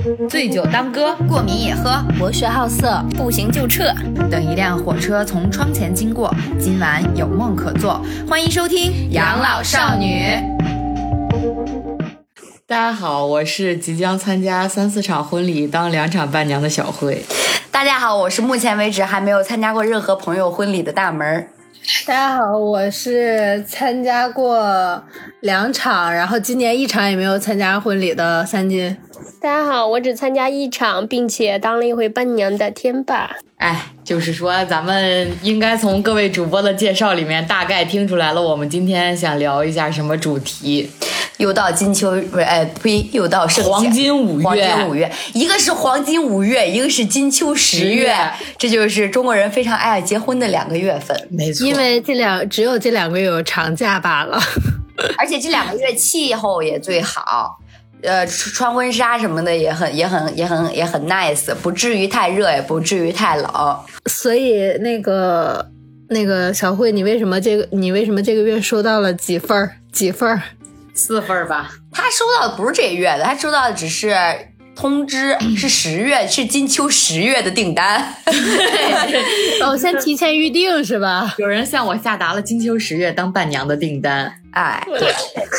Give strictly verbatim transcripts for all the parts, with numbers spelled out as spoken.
醉酒当歌， 过敏也喝， 博学好色， 不行就撤。 等一辆火车从窗前经过，今晚有梦可做。欢迎收听《养老少女》。大家好，我是即将参加三四场婚礼当两场伴娘的小慧。 大家好，我是目前为止还没有参加过任何朋友婚礼的大门。 大家好，我是参加过两场，然后今年一场也没有参加婚礼的三金。 大家好，我只参加一场，并且当了一回伴娘的天霸。 哎，就是说咱们应该从各位主播的介绍里面大概听出来了，我们今天想聊一下什么主题。 又到金秋，哎呸，又到盛夏黄金五月， 黄金五月，一个是黄金五月，一个是金秋十月，这就是中国人非常爱结婚的两个月份。 没错， 因为这两只有这两个月有长假罢了， 而且这两个月气候也最好。呃，穿婚纱什么的也很也很也很也很 nice， 不至于太热，也不至于太冷。 所以那个那个小慧，你为什么这个你为什么这个月收到了几份几份？ 四份吧。 他收到的不是这个月的，他收到的只是通知，是十月，是金秋十月的订单。 哦，先提前预定是吧？ 有人向我下达了金秋十月当伴娘的订单。 哎，对。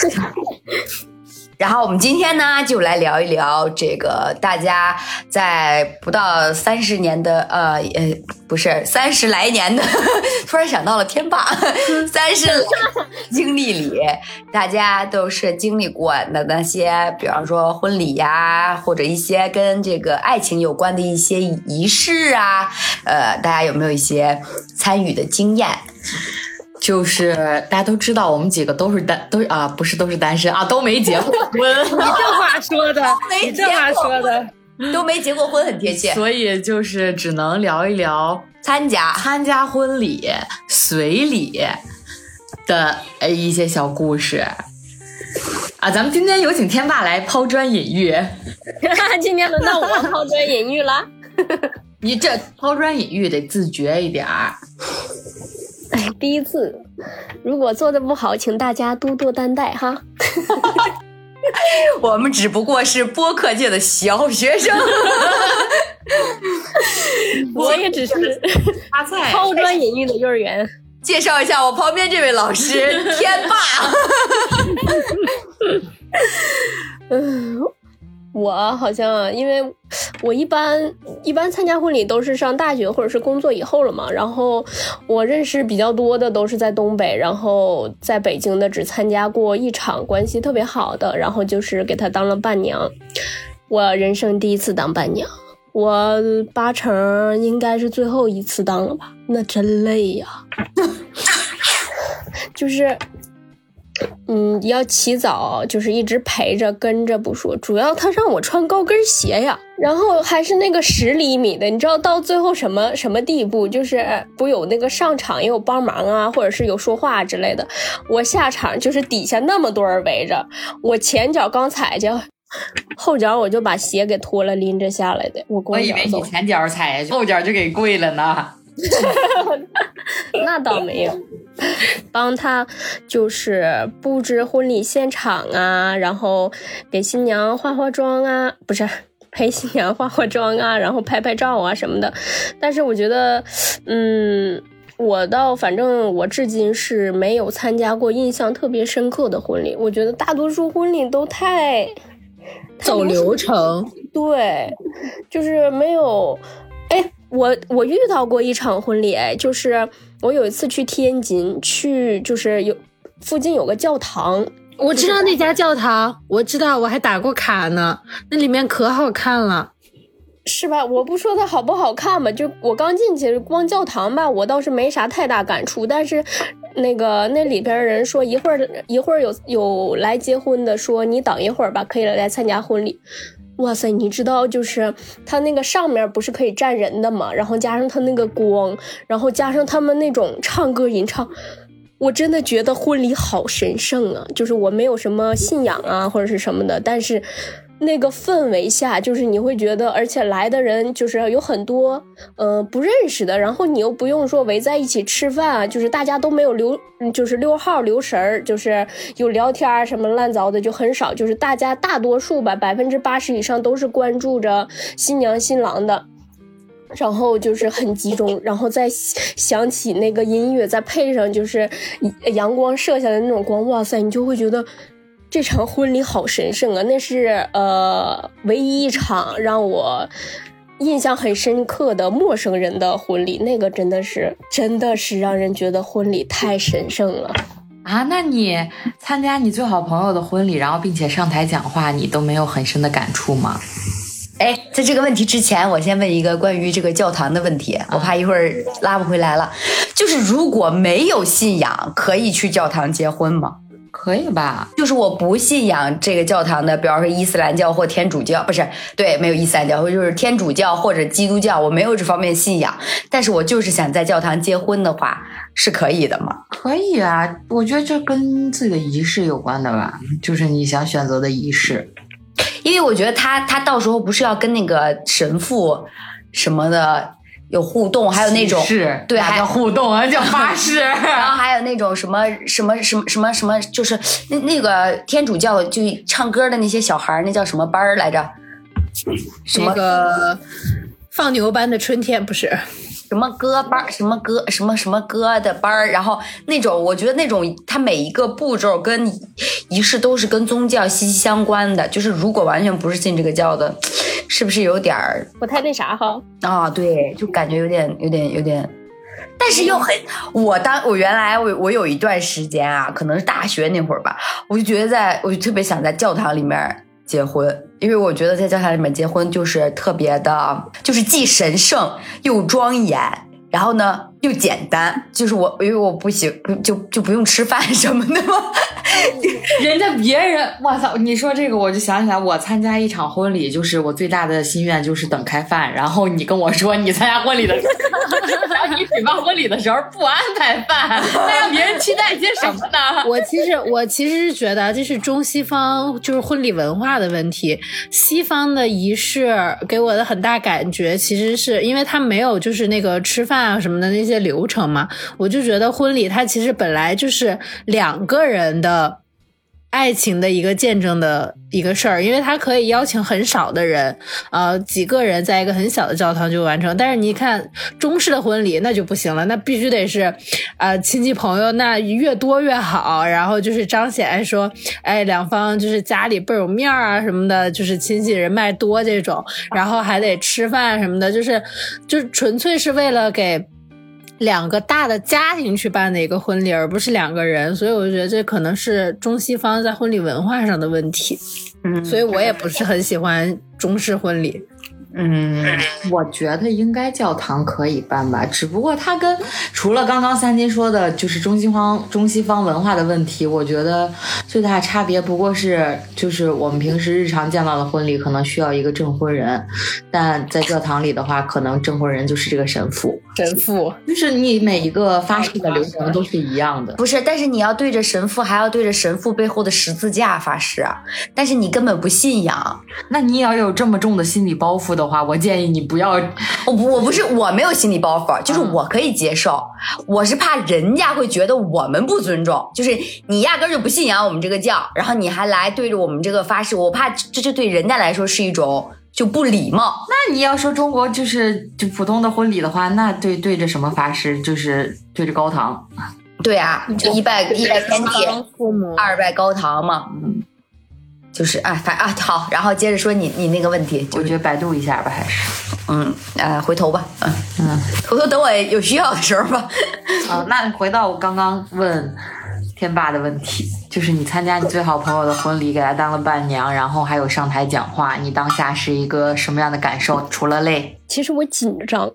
然后我们今天呢，就来聊一聊这个大家在不到三十年的呃呃不是三十来年的，突然想到了天霸，三十来经历里，大家都是经历过的那些，比方说婚礼呀，或者一些跟这个爱情有关的一些仪式啊，呃，大家有没有一些参与的经验？ 就是大家都知道，我们几个都是单，都啊不是都是单身啊，都没结过婚。 你这话说的，你这话说的， 都没结过婚，很贴切。 所以就是只能聊一聊参加参加婚礼、随礼的一些小故事啊。咱们今天有请天霸来抛砖引玉。 今天轮到我抛砖引玉了。 你这抛砖引玉得自觉一点儿。 哎，第一次，如果做的不好，请大家多多担待哈。 我们只不过是播客界的小学生， 我也只是发菜抛砖引玉的幼儿园。 介绍一下我旁边这位老师，天霸。 嗯。我好像因为我一般一般参加婚礼都是上大学或者是工作以后了嘛，然后我认识比较多的都是在东北，然后在北京的只参加过一场关系特别好的，然后就是给他当了伴娘。我人生第一次当伴娘，我八成应该是最后一次当了吧，那真累呀。就是嗯，要起早，就是一直陪着跟着不说，主要他让我穿高跟鞋呀，然后还是那个十厘米的，你知道到最后什么什么地步？就是不有那个上场也有帮忙啊，或者是有说话之类的，我下场就是底下那么多人围着，我前脚刚踩去，后脚我就把鞋给脱了拎着下来的。我我以为你前脚踩下去，后脚就给跪了呢。 那倒没有，帮他就是布置婚礼现场啊，然后给新娘化化妆啊，不是陪新娘化化妆啊，然后拍拍照啊什么的。但是我觉得嗯我倒反正我至今是没有参加过印象特别深刻的婚礼，我觉得大多数婚礼都太走流程， 对，就是没有。哎，我我遇到过一场婚礼，哎，就是我有一次去天津，去就是有附近有个教堂， 我知道那家教堂，我知道，我还打过卡呢，那里面可好看了， 是吧？我不说它好不好看吧，就我刚进去光教堂吧，我倒是没啥太大感触，但是那个那里边人说一会儿一会儿有有来结婚的，说你等一会儿吧，可以来参加婚礼。哇塞，你知道就是它那个上面不是可以站人的嘛，然后加上它那个光，然后加上他们那种唱歌吟唱，我真的觉得婚礼好神圣啊，就是我没有什么信仰啊或者是什么的，但是那个氛围下，就是你会觉得，而且来的人就是有很多呃不认识的，然后你又不用说围在一起吃饭啊，就是大家都没有留就是溜号留神儿，就是有聊天啊什么乱糟的就很少，就是大家大多数吧，百分之八十以上都是关注着新娘新郎的。然后就是很集中，然后再响起那个音乐，再配上就是阳光射下的那种光，哇塞，你就会觉得这场婚礼好神圣啊！那是呃唯一一场让我印象很深刻的陌生人的婚礼，那个真的是真的是让人觉得婚礼太神圣了啊！那你参加你最好朋友的婚礼，然后并且上台讲话，你都没有很深的感触吗？ 哎，在这个问题之前，我先问一个关于这个教堂的问题，我怕一会儿拉不回来了。就是如果没有信仰，可以去教堂结婚吗？ 可以吧？ 就是我不信仰这个教堂的，比方说伊斯兰教或天主教，不是，对，没有伊斯兰教，就是天主教或者基督教，我没有这方面信仰，但是我就是想在教堂结婚的话，是可以的吗？ 可以啊，我觉得这跟自己的仪式有关的吧，就是你想选择的仪式。 因为我觉得他他到时候不是要跟那个神父什么的有互动，还有那种是对，还叫互动啊，叫发誓， 然后还有那种什么什么什么什么什么，就是那那个天主教就唱歌的那些小孩，那叫什么班儿来着？什么那个放牛班的春天不是？ 什么歌班，什么歌，什么什么歌的班儿，然后那种，我觉得那种它每一个步骤跟仪式都是跟宗教息息相关的。就是如果完全不是信这个教的，是不是有点儿不太那啥哈？ 啊，对，就感觉有点有点有点，但是又很，我当我原来我我有一段时间啊，可能是大学那会儿吧，我就觉得在我就特别想在教堂里面结婚，因为我觉得在教堂里面结婚就是特别的，就是既神圣又庄严，然后呢又简单，就是我因为我不喜就就不用吃饭什么的嘛。 人家别人，我操！你说这个我就想起来，我参加一场婚礼，就是我最大的心愿就是等开饭。然后你跟我说你参加婚礼的时候，然后你举办婚礼的时候不安排饭，那让别人期待些什么呢？ 我其实我其实是觉得这是中西方就是婚礼文化的问题。西方的仪式给我的很大感觉，其实是因为它没有就是那个吃饭啊什么的那些流程嘛，我就觉得婚礼它其实本来就是两个人的爱情的一个见证的一个事儿，因为它可以邀请很少的人，呃，几个人在一个很小的教堂就完成。但是你看中式的婚礼那就不行了，那必须得是呃亲戚朋友，那越多越好，然后就是彰显说哎两方就是家里倍儿有面儿啊什么的，就是亲戚人脉多这种，然后还得吃饭什么的，就是就纯粹是为了给两个大的家庭去办的一个婚礼，而不是两个人，所以我觉得这可能是中西方在婚礼文化上的问题。嗯，所以我也不是很喜欢中式婚礼。 嗯，我觉得应该教堂可以办吧，只不过它跟除了刚刚三金说的就是中西方中西方文化的问题，我觉得最大差别不过是就是我们平时日常见到的婚礼可能需要一个证婚人，但在教堂里的话可能证婚人就是这个神父神父就是你每一个发誓的流程都是一样的。 不是，但是你要对着神父，还要对着神父背后的十字架发誓啊，但是你根本不信仰， 那你也要有这么重的心理包袱的话，我建议你不要。 我不，我不是，我没有心理包袱，就是我可以接受，嗯、我是怕人家会觉得我们不尊重，就是你压根儿就不信仰我们这个教，然后你还来对着我们这个发誓，我怕这就对人家来说是一种就不礼貌。 那你要说中国就是就普通的婚礼的话，那对对着什么发誓？就是对着高堂。 对啊，就一拜一拜天地，二拜高堂嘛。嗯。就是啊，反啊好，然后接着说你你那个问题， 我觉得百度一下吧，还是嗯呃回头吧，嗯嗯， 回头等我有需要的时候吧。 啊，那回到我刚刚问天霸的问题，就是你参加你最好朋友的婚礼，给他当了伴娘，然后还有上台讲话，你当下是一个什么样的感受？除了累， 其实我紧张，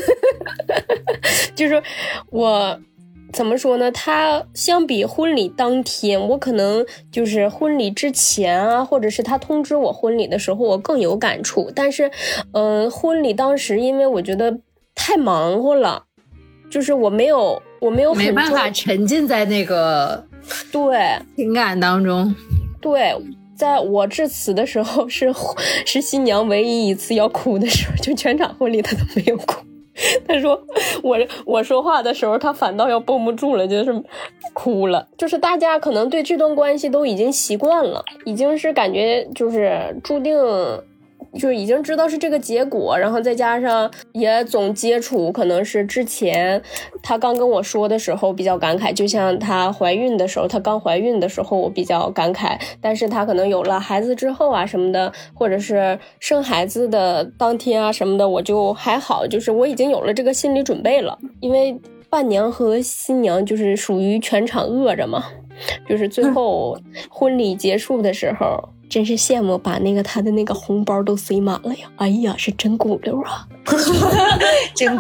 就是我。怎么说呢？他相比婚礼当天，我可能就是婚礼之前啊，或者是他通知我婚礼的时候，我更有感触。但是，嗯、呃，婚礼当时，因为我觉得太忙活了，就是我没有，我没有很没办法沉浸在那个对情感当中。 对， 在我致辞的时候是是新娘唯一一次要哭的时候，就全场婚礼她都没有哭。他说我我说话的时候他反倒要绷不住了，就是哭了。就是大家可能对这段关系都已经习惯了，已经是感觉就是注定，就是已经知道是这个结果，然后再加上也总接触，可能是之前她刚跟我说的时候比较感慨，就像她怀孕的时候，她刚怀孕的时候我比较感慨，但是她可能有了孩子之后啊什么的，或者是生孩子的当天啊什么的，我就还好，就是我已经有了这个心理准备了。因为伴娘和新娘就是属于全场饿着嘛，就是最后婚礼结束的时候真是羡慕把那个他的那个红包都塞满了呀！哎呀，是真骨溜啊！ 真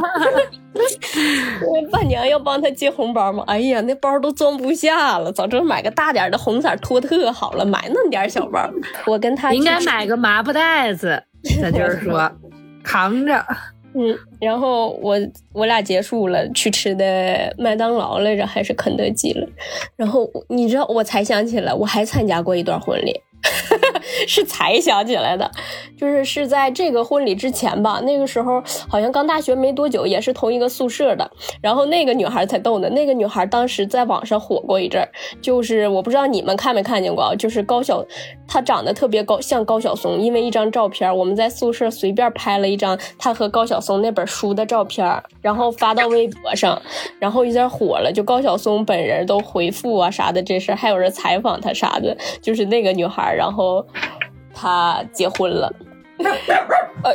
伴娘要帮他接红包嘛？哎呀，那包都装不下了，早知道买个大点的红色托特好了，买那么点小包。我跟他应该买个麻布袋子，咱就是说扛着。 嗯，然后我我俩结束了，去吃的麦当劳来着，还是肯德基了。然后你知道，我才想起来，我还参加过一段婚礼。是才想起来的，就是是在这个婚礼之前吧，那个时候好像刚大学没多久，也是同一个宿舍的。然后那个女孩才逗呢，那个女孩当时在网上火过一阵儿，就是我不知道你们看没看见过，就是高晓，她长得特别高，像高晓松，因为一张照片，我们在宿舍随便拍了一张她和高晓松那本书的照片，然后发到微博上，然后一下火了，就高晓松本人都回复啊啥的这事，还有人采访她啥的，就是那个女孩，然后她结婚了。呃，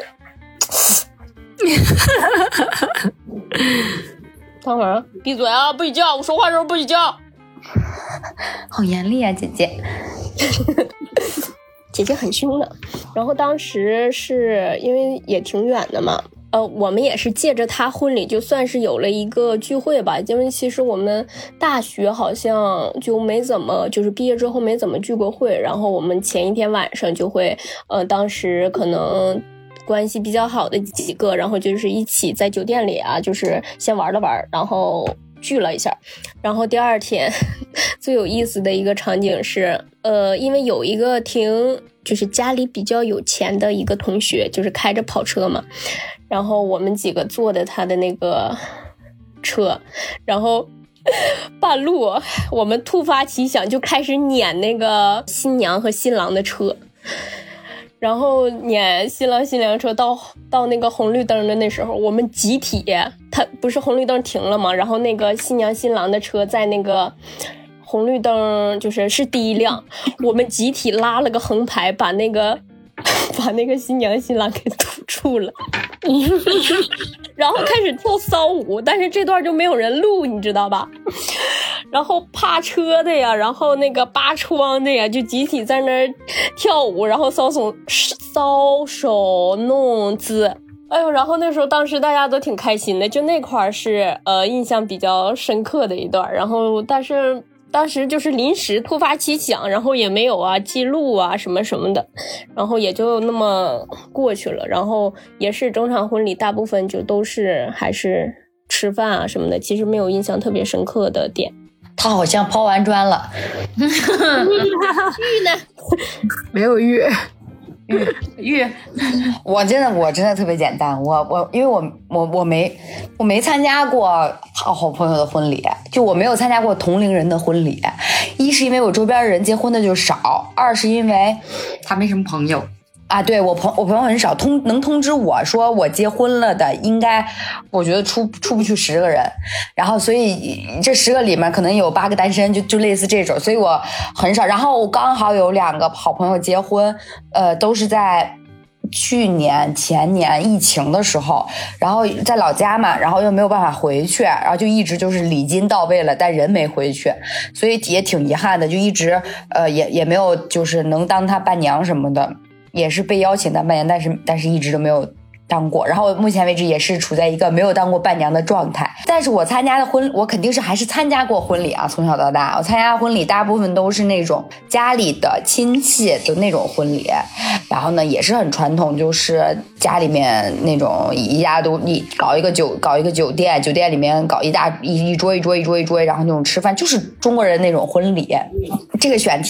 等会儿，闭嘴啊！不许叫！我说话的时候不许叫。 好严厉啊，姐姐。 姐姐很凶的。然后当时是因为也挺远的嘛，呃，我们也是借着她婚礼，就算是有了一个聚会吧。因为其实我们大学好像就没怎么，就是毕业之后没怎么聚过会。然后我们前一天晚上就会，呃，当时可能关系比较好的几个，然后就是一起在酒店里啊，就是先玩了玩，然后聚了一下。然后第二天最有意思的一个场景是，呃，因为有一个挺就是家里比较有钱的一个同学，就是开着跑车嘛，然后我们几个坐的他的那个车，然后半路我们突发奇想就开始撵那个新娘和新郎的车，然后撵新郎新娘车到到那个红绿灯的那时候，我们集体，他不是红绿灯停了吗？然后那个新娘新郎的车在那个红绿灯就是是第一辆，我们集体拉了个横排，把那个把那个新娘新郎给堵住了。然后开始跳骚舞，但是这段就没有人录，你知道吧？然后趴车的呀，然后那个扒窗的呀，就集体在那儿跳舞，然后搔手搔首弄姿。哎呦，然后那时候当时大家都挺开心的，就那块是呃印象比较深刻的一段。然后但是当时就是临时突发奇想，然后也没有啊记录啊什么什么的，然后也就那么过去了。然后也是整场婚礼大部分就都是还是吃饭啊什么的，其实没有印象特别深刻的点。 他好像抛完砖了。 玉呢？ 没有玉。 玉玉，我真的我真的特别简单，我我因为我我我没我没参加过好好朋友的婚礼，就我没有参加过同龄人的婚礼。一是因为我周边人结婚的就少，二是因为他没什么朋友啊，对我朋我朋友很少，通能通知我说我结婚了的，应该我觉得出出不去十个人，然后所以这十个里面可能有八个单身，就就类似这种，所以我很少。然后刚好有两个好朋友结婚，呃，都是在去年前年疫情的时候，然后在老家嘛，然后又没有办法回去，然后就一直就是礼金到位了，但人没回去，所以也挺遗憾的，就一直呃也也没有就是能当他伴娘什么的。也是被邀请当伴娘，但是但是一直都没有当过，然后目前为止也是处在一个没有当过伴娘的状态。但是我参加的婚，我肯定是还是参加过婚礼啊，从小到大我参加的婚礼大部分都是那种家里的亲戚的那种婚礼，然后呢也是很传统，就是家里面那种一家都一搞一个酒搞一个酒店，酒店里面搞一大一一桌一桌一桌一桌，然后那种吃饭，就是中国人那种婚礼。这个选题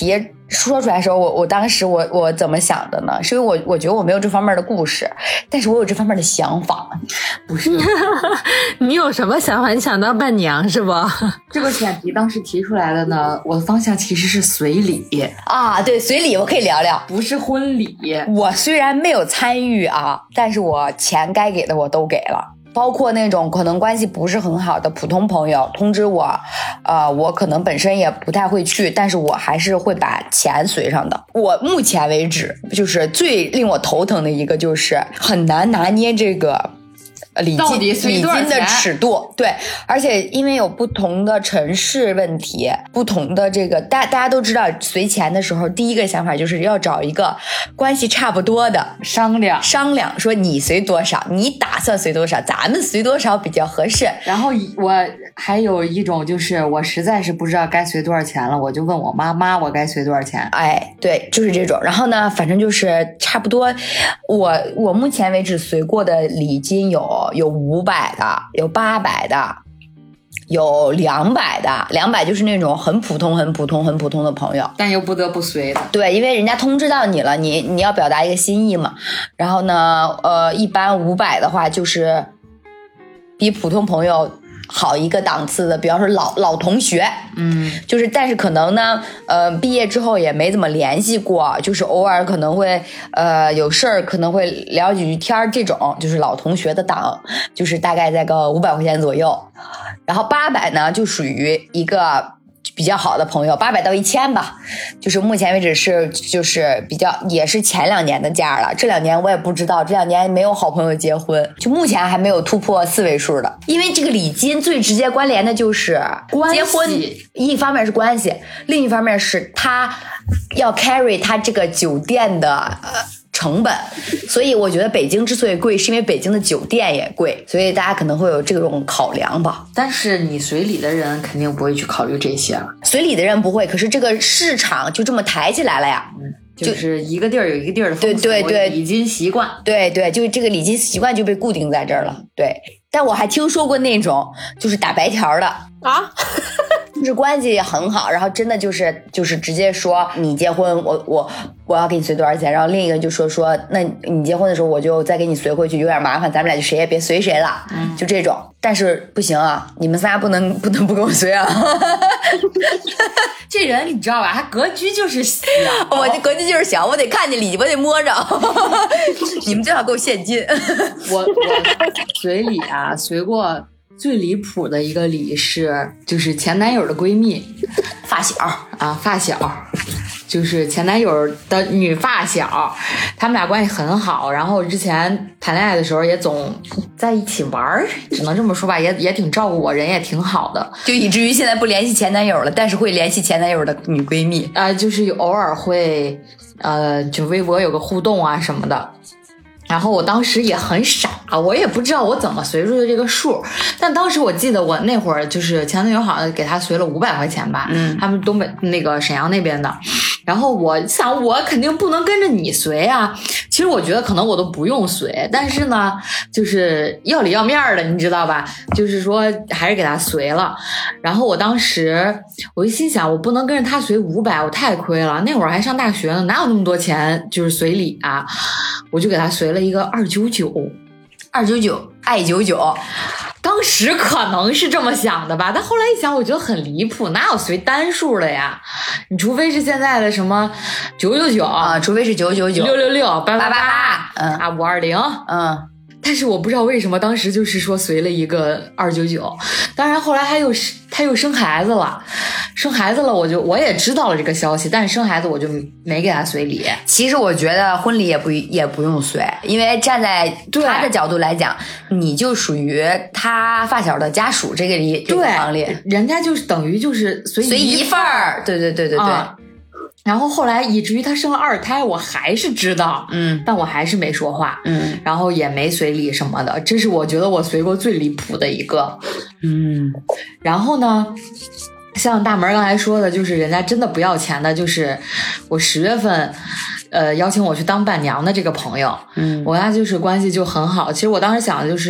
说出来的时候，我我当时我我怎么想的呢？是因为我我觉得我没有这方面的故事，但是我有这方面的想法。 不是你有什么想法？你想当伴娘是不？ 这个选题当时提出来的呢，我的方向其实是随礼啊，对，随礼我可以聊聊， 不是婚礼。 我虽然没有参与啊，但是我钱该给的我都给了。包括那种可能关系不是很好的普通朋友通知我，呃，我可能本身也不太会去，但是我还是会把钱随上的。我目前为止就是最令我头疼的一个就是很难拿捏这个礼金礼金的尺度，对，而且因为有不同的城市问题，不同的这个大大家都知道，随钱的时候第一个想法就是要找一个关系差不多的商量商量，说你随多少，你打算随多少，咱们随多少比较合适。 然后我还有一种就是我实在是不知道该随多少钱了，我就问我妈妈我该随多少钱。 哎，对，就是这种。然后呢，反正就是差不多，我我目前为止随过的礼金有。有五百的，有八百的，有两百的，两百就是那种很普通、很普通、很普通的朋友， 但又不得不随的。 对，因为人家通知到你了，你你要表达一个心意嘛。然后呢，呃，一般五百的话就是比普通朋友好一个档次的，比方说老老同学， 嗯， 就是但是可能呢，呃，毕业之后也没怎么联系过，就是偶尔可能会呃有事儿可能会聊几句天，这种就是老同学的档，就是大概在个五百块钱左右。然后八百呢就属于一个比较好的朋友，八百到一千吧，就是目前为止是就是比较也是前两年的价了，这两年我也不知道，这两年没有好朋友结婚，就目前还没有突破四位数的。因为这个礼金最直接关联的就是结婚，一方面是关系，另一方面是他要 carry 他这个酒店的呃成本，所以我觉得北京之所以贵，是因为北京的酒店也贵，所以大家可能会有这种考量吧。 但是你随礼的人肯定不会去考虑这些了， 随礼的人不会，可是这个市场就这么抬起来了呀。 嗯，就是一个地儿有一个地儿的风俗， 对对对， 礼金习惯， 对对，就这个礼金习惯就被固定在这儿了。对，但我还听说过那种就是打白条的啊。 就是关系很好，然后真的就是就是直接说你结婚我我我要给你随多少钱，然后另一个就说说那你结婚的时候我就再给你随回去，有点麻烦，咱们俩就谁也别随谁了，嗯，就这种。但是不行啊，你们仨不能不能不跟我随啊。 这人你知道吧，他格局就是小， 我这格局就是小，我得看见礼，我得摸着。你们最好给我现金。 我我随礼啊，随过最离谱的一个礼是，就是前男友的闺蜜， 发小啊，发小，就是前男友的女发小，他们俩关系很好，然后之前谈恋爱的时候也总在一起玩，只能这么说吧，也也挺照顾我，人也挺好的， 就以至于现在不联系前男友了，但是会联系前男友的女闺蜜， 啊、呃，就是偶尔会，呃，就微博有个互动啊什么的。然后我当时也很傻，我也不知道我怎么随出的这个数，但当时我记得我那会儿就是前男友好像给他随了五百块钱吧，嗯，他们东北那个沈阳那边的，然后我想我肯定不能跟着你随啊，其实我觉得可能我都不用随，但是呢，就是要里要面的，你知道吧？就是说还是给他随了，然后我当时我就心想，我不能跟着他随五百，我太亏了，那会儿还上大学呢，哪有那么多钱就是随礼啊？我就给他随了一个二九九， 二九九，爱九九。 当时可能是这么想的吧，但后来一想，我觉得很离谱，哪有随单数的呀？你除非是现在的什么九九九啊，除非是九九九、 六六六、八八八，嗯啊，五二零， 嗯。 但是我不知道为什么当时就是说随了一个二九九，当然后来他又他又生孩子了，生孩子了我就我也知道了这个消息，但是生孩子我就没给他随礼。 其实我觉得婚礼也不也不用随，因为站在他的角度来讲，你就属于他发小的家属这个里这个行列， 人家就是等于就是随随一份儿，对对对对对。 嗯，然后后来以至于他生了二胎，我还是知道， 嗯， 但我还是没说话， 嗯， 然后也没随礼什么的，这是我觉得我随过最离谱的一个， 嗯， 然后呢，像大门刚才说的，就是人家真的不要钱的，就是我十月份呃邀请我去当伴娘的这个朋友， 嗯， 我跟他就是关系就很好。其实我当时想的就是，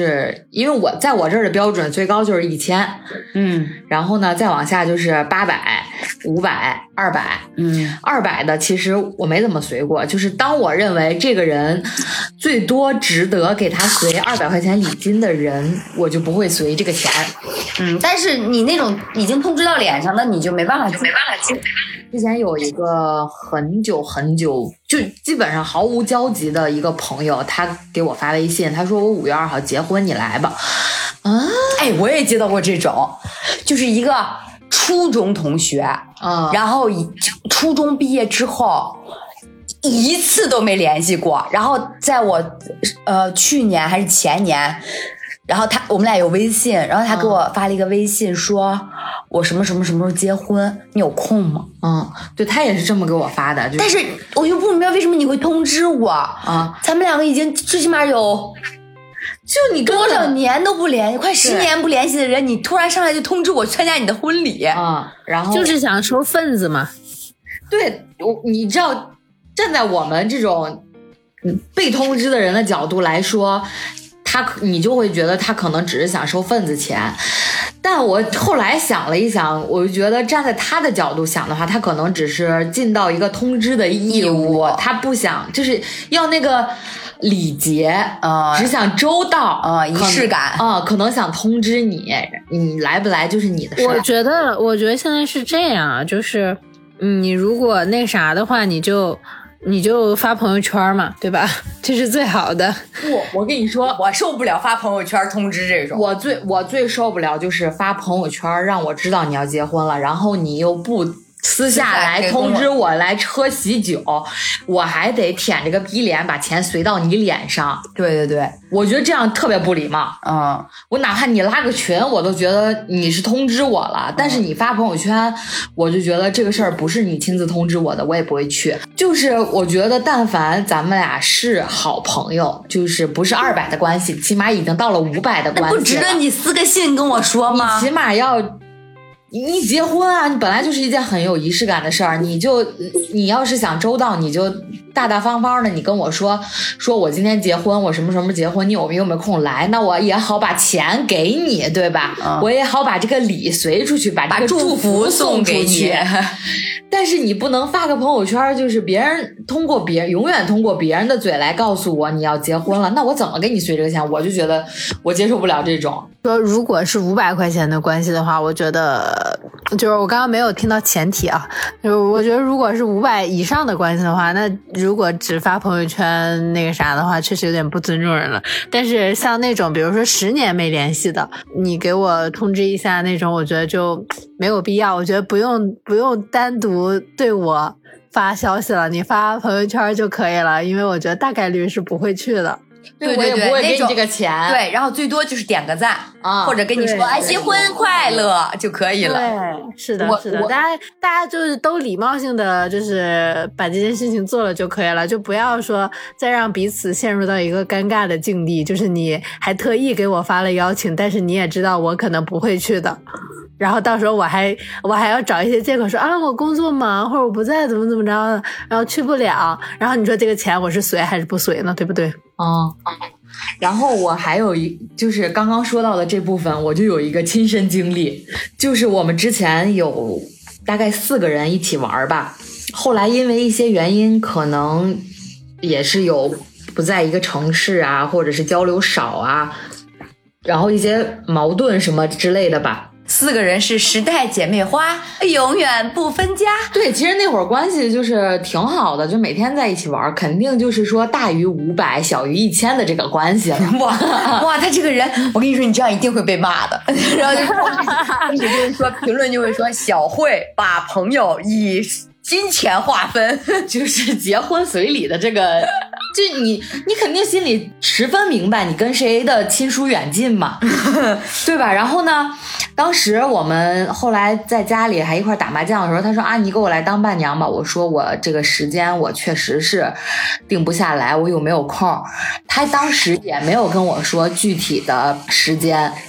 因为我在我这儿的标准最高就是一千， 嗯， 然后呢再往下就是八百、五百、二百， 嗯， 二百的其实我没怎么随过，就是当我认为这个人最多值得给他随二百块钱礼金的人，我就不会随这个钱。 嗯，但是你那种已经通知到脸上的，你就没办法，就没办法接。 之前有一个很久很久就基本上毫无交集的一个朋友，他给我发微信，他说我五月二号结婚，你来吧。啊， 哎，我也接到过这种，就是一个初中同学， 嗯， 然后初中毕业之后一次都没联系过，然后在我呃去年还是前年。然后他我们俩有微信，然后他给我发了一个微信说、嗯、我什么什么什么时候结婚，你有空吗？ 嗯，对，他也是这么给我发的， 但是我就不明白为什么你会通知我啊？ 咱们两个已经最起码有就你多少年都不联系，快十年不联系的人，你突然上来就通知我参加你的婚礼啊、嗯？然后就是想收份子嘛。 对，我你知道，站在我们这种被通知的人的角度来说。他你就会觉得他可能只是想收份子钱，但我后来想了一想，我就觉得站在他的角度想的话，他可能只是尽到一个通知的义务，他不想就是要那个礼节啊、呃， 只想周到啊、呃，仪式感啊、呃，可能想通知你，你来不来就是你的事。 我觉得，我觉得现在是这样啊，就是嗯，你如果那啥的话，你就。你就发朋友圈嘛，对吧？这是最好的。 不，我跟你说， 我受不了发朋友圈通知这种。 我最我最受不了就是发朋友圈让我知道你要结婚了，然后你又不私下来通知我来喝喜酒，我还得舔着个逼脸把钱随到你脸上。 对对对， 我觉得这样特别不礼貌。 嗯， 我哪怕你拉个群，我都觉得你是通知我了，但是你发朋友圈，我就觉得这个事儿不是你亲自通知我的，我也不会去。就是我觉得，但凡咱们俩是好朋友，就是不是二百的关系，起码已经到了五百的关系了， 不值得你私个信跟我说吗？ 你起码要。你结婚啊，你本来就是一件很有仪式感的事儿，你就你要是想周到，你就大大方方的，你跟我说说我今天结婚，我什么什么结婚，你有没有没有空来，那我也好把钱给你，对吧？嗯、我也好把这个礼随出去，把这个祝福送给你。但是你不能发个朋友圈，就是别人通过别人永远通过别人的嘴来告诉我你要结婚了，那我怎么给你随这个钱？我就觉得我接受不了这种。 说如果是五百块钱的关系的话，我觉得就是我刚刚没有听到前提啊，就是我觉得如果是五百以上的关系的话，那如果只发朋友圈那个啥的话，确实有点不尊重人了。但是像那种比如说十年没联系的，你给我通知一下那种，我觉得就没有必要。我觉得不用不用单独对我发消息了，你发朋友圈就可以了，因为我觉得大概率是不会去的。 对对对， 我也不会给你这个钱。 对，然后最多就是点个赞啊， 或者跟你说哎新婚快乐就可以了。 对，是的，是的，大家大家就是都礼貌性的，就是把这件事情做了就可以了，就不要说再让彼此陷入到一个尴尬的境地，就是你还特意给我发了邀请，但是你也知道我可能不会去的。然后到时候我还我还要找一些借口说啊我工作忙或者我不在怎么怎么着的，然后去不了，然后你说这个钱我是随还是不随呢？对不对？ 嗯，然后我还有一就是刚刚说到的这部分，我就有一个亲身经历，就是我们之前有大概四个人一起玩吧，后来因为一些原因，可能也是有不在一个城市啊，或者是交流少啊，然后一些矛盾什么之类的吧。 四个人是时代姐妹花，永远不分家。 对，其实那会儿关系就是挺好的，就每天在一起玩，肯定就是说大于五百，小于一千的这个关系了。 哇哇，他这个人，我跟你说，你这样一定会被骂的。然后就说，就是说评论就会说，小慧把朋友以金钱划分， 就是结婚随礼的这个。就你你肯定心里十分明白你跟谁的亲疏远近嘛，对吧？然后呢，当时我们后来在家里还一块打麻将的时候，他说啊你给我来当伴娘吧，我说我这个时间我确实是定不下来，我有没有空？他当时也没有跟我说具体的时间，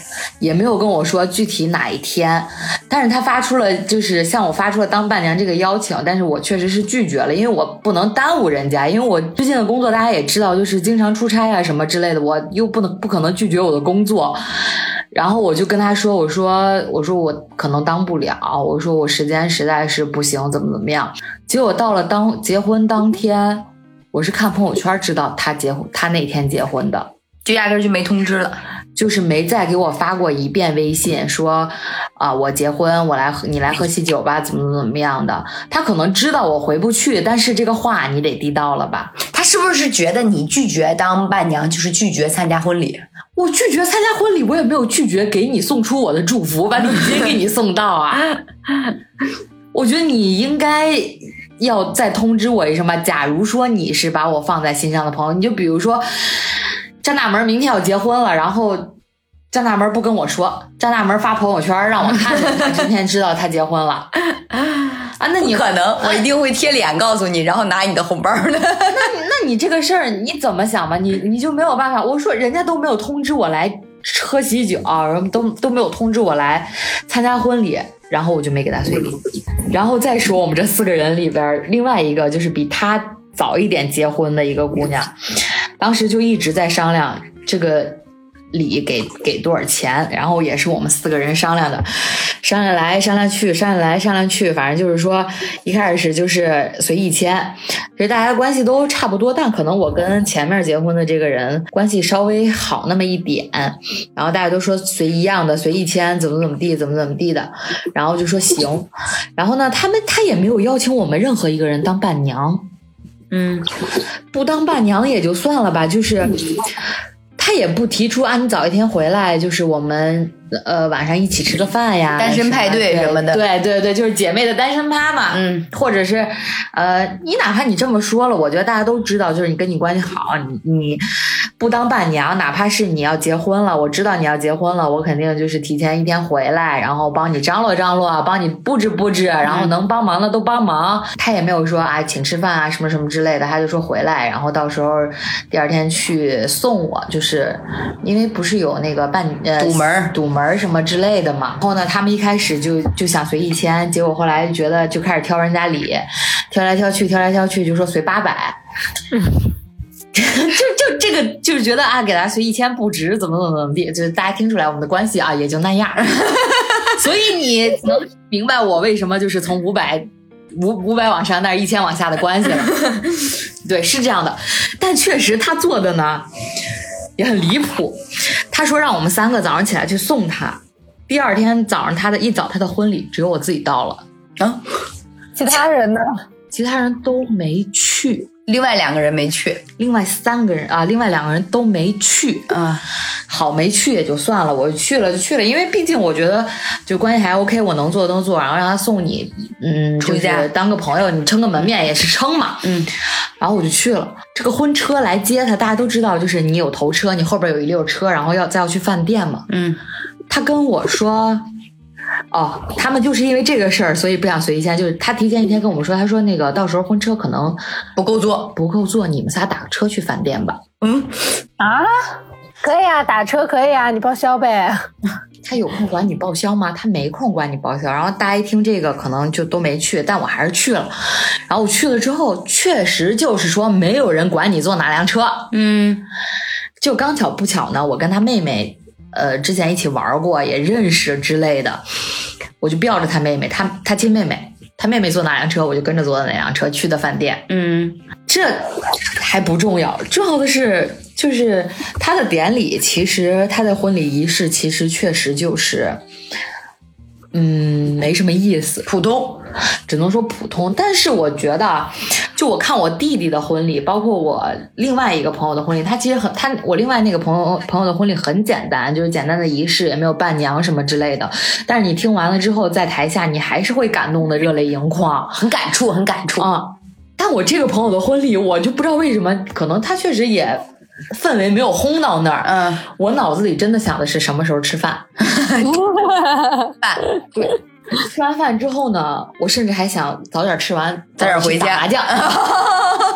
也没有跟我说具体哪一天，但是他发出了就是向我发出了当伴娘这个邀请，但是我确实是拒绝了，因为我不能耽误人家，因为我最近的工作大家也知道，就是经常出差啊什么之类的，我又不能不可能拒绝我的工作。然后我就跟他说，我说我说我可能当不了，我说我时间实在是不行，怎么怎么样。结果到了当结婚当天，我是看朋友圈知道他结婚，他那天结婚的， 就压根就没通知了， 就是没再给我发过一遍微信说啊、呃、我结婚，我来你来喝喜酒吧，怎么怎么样的。他可能知道我回不去，但是这个话你得地道了吧。 他是不是觉得你拒绝当伴娘就是拒绝参加婚礼？ 我拒绝参加婚礼，我也没有拒绝给你送出我的祝福，把礼金给你送到啊。我觉得你应该要再通知我一声吧。假如说你是把我放在心上的朋友，你就比如说张大门明天要结婚了，然后张大门不跟我说，张大门发朋友圈让我看见他今天知道他结婚了啊，那你不可能，我一定会贴脸告诉你，然后拿你的红包的。 那那你这个事儿你怎么想吧？你你就没有办法。我说人家都没有通知我来喝喜酒，然后都都没有通知我来参加婚礼，然后我就没给他随礼。然后再说我们这四个人里边，另外一个就是比他早一点结婚的一个姑娘，当时就一直在商量这个礼给给多少钱，然后也是我们四个人商量的，商量来商量去，商量来商量去，反正就是说一开始就是随意签，其实大家关系都差不多，但可能我跟前面结婚的这个人关系稍微好那么一点，然后大家都说随一样的随意签，怎么怎么地怎么怎么地的，然后就说行，然后呢他们他也没有邀请我们任何一个人当伴娘， 嗯， 不当伴娘也就算了吧，就是他也不提出啊，你早一天回来，就是我们呃晚上一起吃个饭呀， 单身派对什么的， 对对对，就是姐妹的单身趴嘛， 嗯， 或者是呃，你哪怕你这么说了，我觉得大家都知道，就是你跟你关系好，你你不当伴娘，哪怕是你要结婚了，我知道你要结婚了，我肯定就是提前一天回来，然后帮你张罗张罗，帮你布置布置，然后能帮忙的都帮忙。嗯、他也没有说啊请吃饭啊什么什么之类的，他就说回来，然后到时候第二天去送我，就是因为不是有那个伴呃堵门堵门什么之类的嘛。然后呢，他们一开始就就想随意签，结果后来觉得就开始挑人家礼，挑来挑去，挑来挑去，就说随八百。嗯就就这个就是觉得啊，给他随一千不值，怎么怎么怎么地，就是大家听出来我们的关系啊，也就那样。所以你能明白我为什么就是从五百五五百往上，但是一千往下的关系了。对，是这样的。但确实他做的呢也很离谱。他说让我们三个早上起来去送他，第二天早上他的一早他的婚礼只有我自己到了啊， 其他人呢？ 其他人都没去。 另外两个人没去， 另外三个人啊，另外两个人都没去啊。好，没去也就算了，我去了就去了，因为毕竟我觉得就关系还 OK， 我能做的都做，然后让他送你，嗯，就是当个朋友，你撑个门面也是撑嘛， 嗯。 然后我就去了，这个婚车来接他，大家都知道，就是你有头车，你后边有一溜车，然后要再要去饭店嘛， 嗯。 他跟我说。哦，他们就是因为这个事儿，所以不想随意签。就是他提前一天跟我们说，他说那个到时候婚车可能不够坐， 不够坐，你们仨打个车去饭店吧。 嗯啊，可以啊，打车可以啊，你报销呗。 他有空管你报销吗？他没空管你报销。然后大家一听这个，可能就都没去，但我还是去了。然后我去了之后，确实就是说没有人管你坐哪辆车。 嗯， 就刚巧不巧呢，我跟他妹妹。呃，之前一起玩过，也认识之类的，我就吊着他妹妹，他他亲妹妹，他妹妹坐哪辆车，我就跟着坐的哪辆车去的饭店。 嗯， 这还不重要，重要的是就是他的典礼，其实他的婚礼仪式其实确实就是，嗯，没什么意思，普通，只能说普通。但是我觉得。就我看我弟弟的婚礼，包括我另外一个朋友的婚礼，他其实很他我另外那个朋友朋友的婚礼很简单，就是简单的仪式，也没有伴娘什么之类的。但是你听完了之后，在台下你还是会感动的热泪盈眶， 很感触，很感触啊、嗯。但我这个朋友的婚礼，我就不知道为什么，可能他确实也氛围没有轰到那儿。 嗯， 我脑子里真的想的是什么时候吃饭。 饭对。吃完饭之后呢，我甚至还想早点吃完， 早点回家打麻将。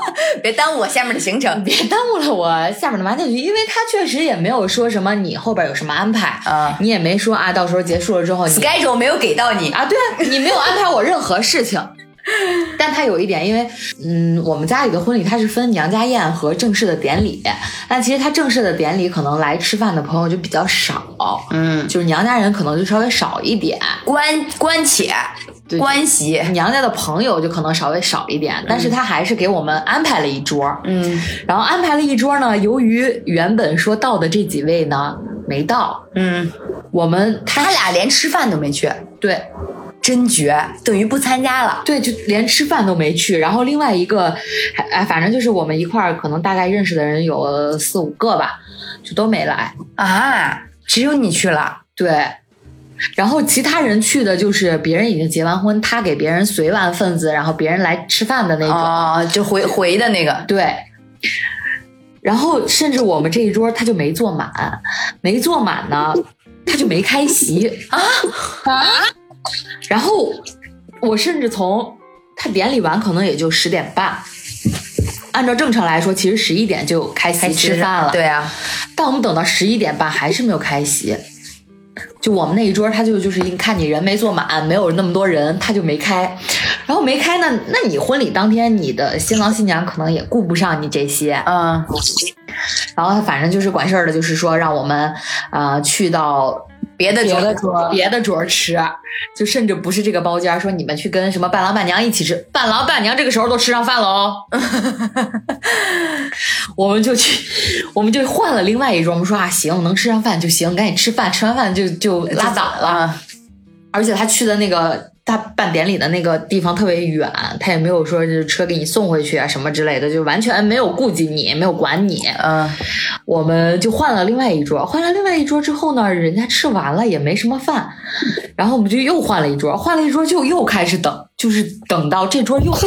别耽误我下面的行程， 别耽误了我下面的晚点局，因为他确实也没有说什么你后边有什么安排啊， 你也没说啊，到时候结束了之后 schedule 没有给到你啊，对你没有安排我任何事情。但他有一点，因为嗯，我们家里的婚礼它是分娘家宴和正式的典礼，但其实他正式的典礼可能来吃饭的朋友就比较少， 嗯， 就是娘家人可能就稍微少一点， 关关且关系， 娘家的朋友就可能稍微少一点，但是他还是给我们安排了一桌， 嗯， 然后安排了一桌呢，由于原本说到的这几位呢没到， 嗯， 我们他他俩连吃饭都没去， 对。 真绝，等于不参加了。 对，就连吃饭都没去。然后另外一个，哎，反正就是我们一块儿，可能大概认识的人有四五个吧，就都没来啊，只有你去了。 对，然后其他人去的就是别人已经结完婚，他给别人随完份子，然后别人来吃饭的那种， 哦，就回回的那个。 对。然后甚至我们这一桌他就没坐满，没坐满呢，他就没开席啊啊。 然后我甚至从他典礼完可能也就十点半，按照正常来说其实十一点就开席吃饭了， 对啊， 但我们等到十一点半还是没有开席，就我们那一桌他就就是看你人没坐满，没有那么多人，他就没开。然后没开呢，那你婚礼当天你的新郎新娘可能也顾不上你这些， 嗯， 然后他反正就是管事儿的，就是说让我们呃去到别的别的桌别的桌吃，就甚至不是这个包间，说你们去跟什么伴郎伴娘一起吃，伴郎伴娘这个时候都吃上饭了哦。我们就去，我们就换了另外一桌，我们说啊行，能吃上饭就行，赶紧吃饭，吃完饭就就拉倒了。而且他去的那个他办典礼的那个地方特别远，他也没有说就是车给你送回去啊什么之类的，就完全没有顾及你，没有管你。 嗯， 我们就换了另外一桌，换了另外一桌之后呢，人家吃完了也没什么饭，然后我们就又换了一桌，换了一桌就又开始等，就是等到这桌又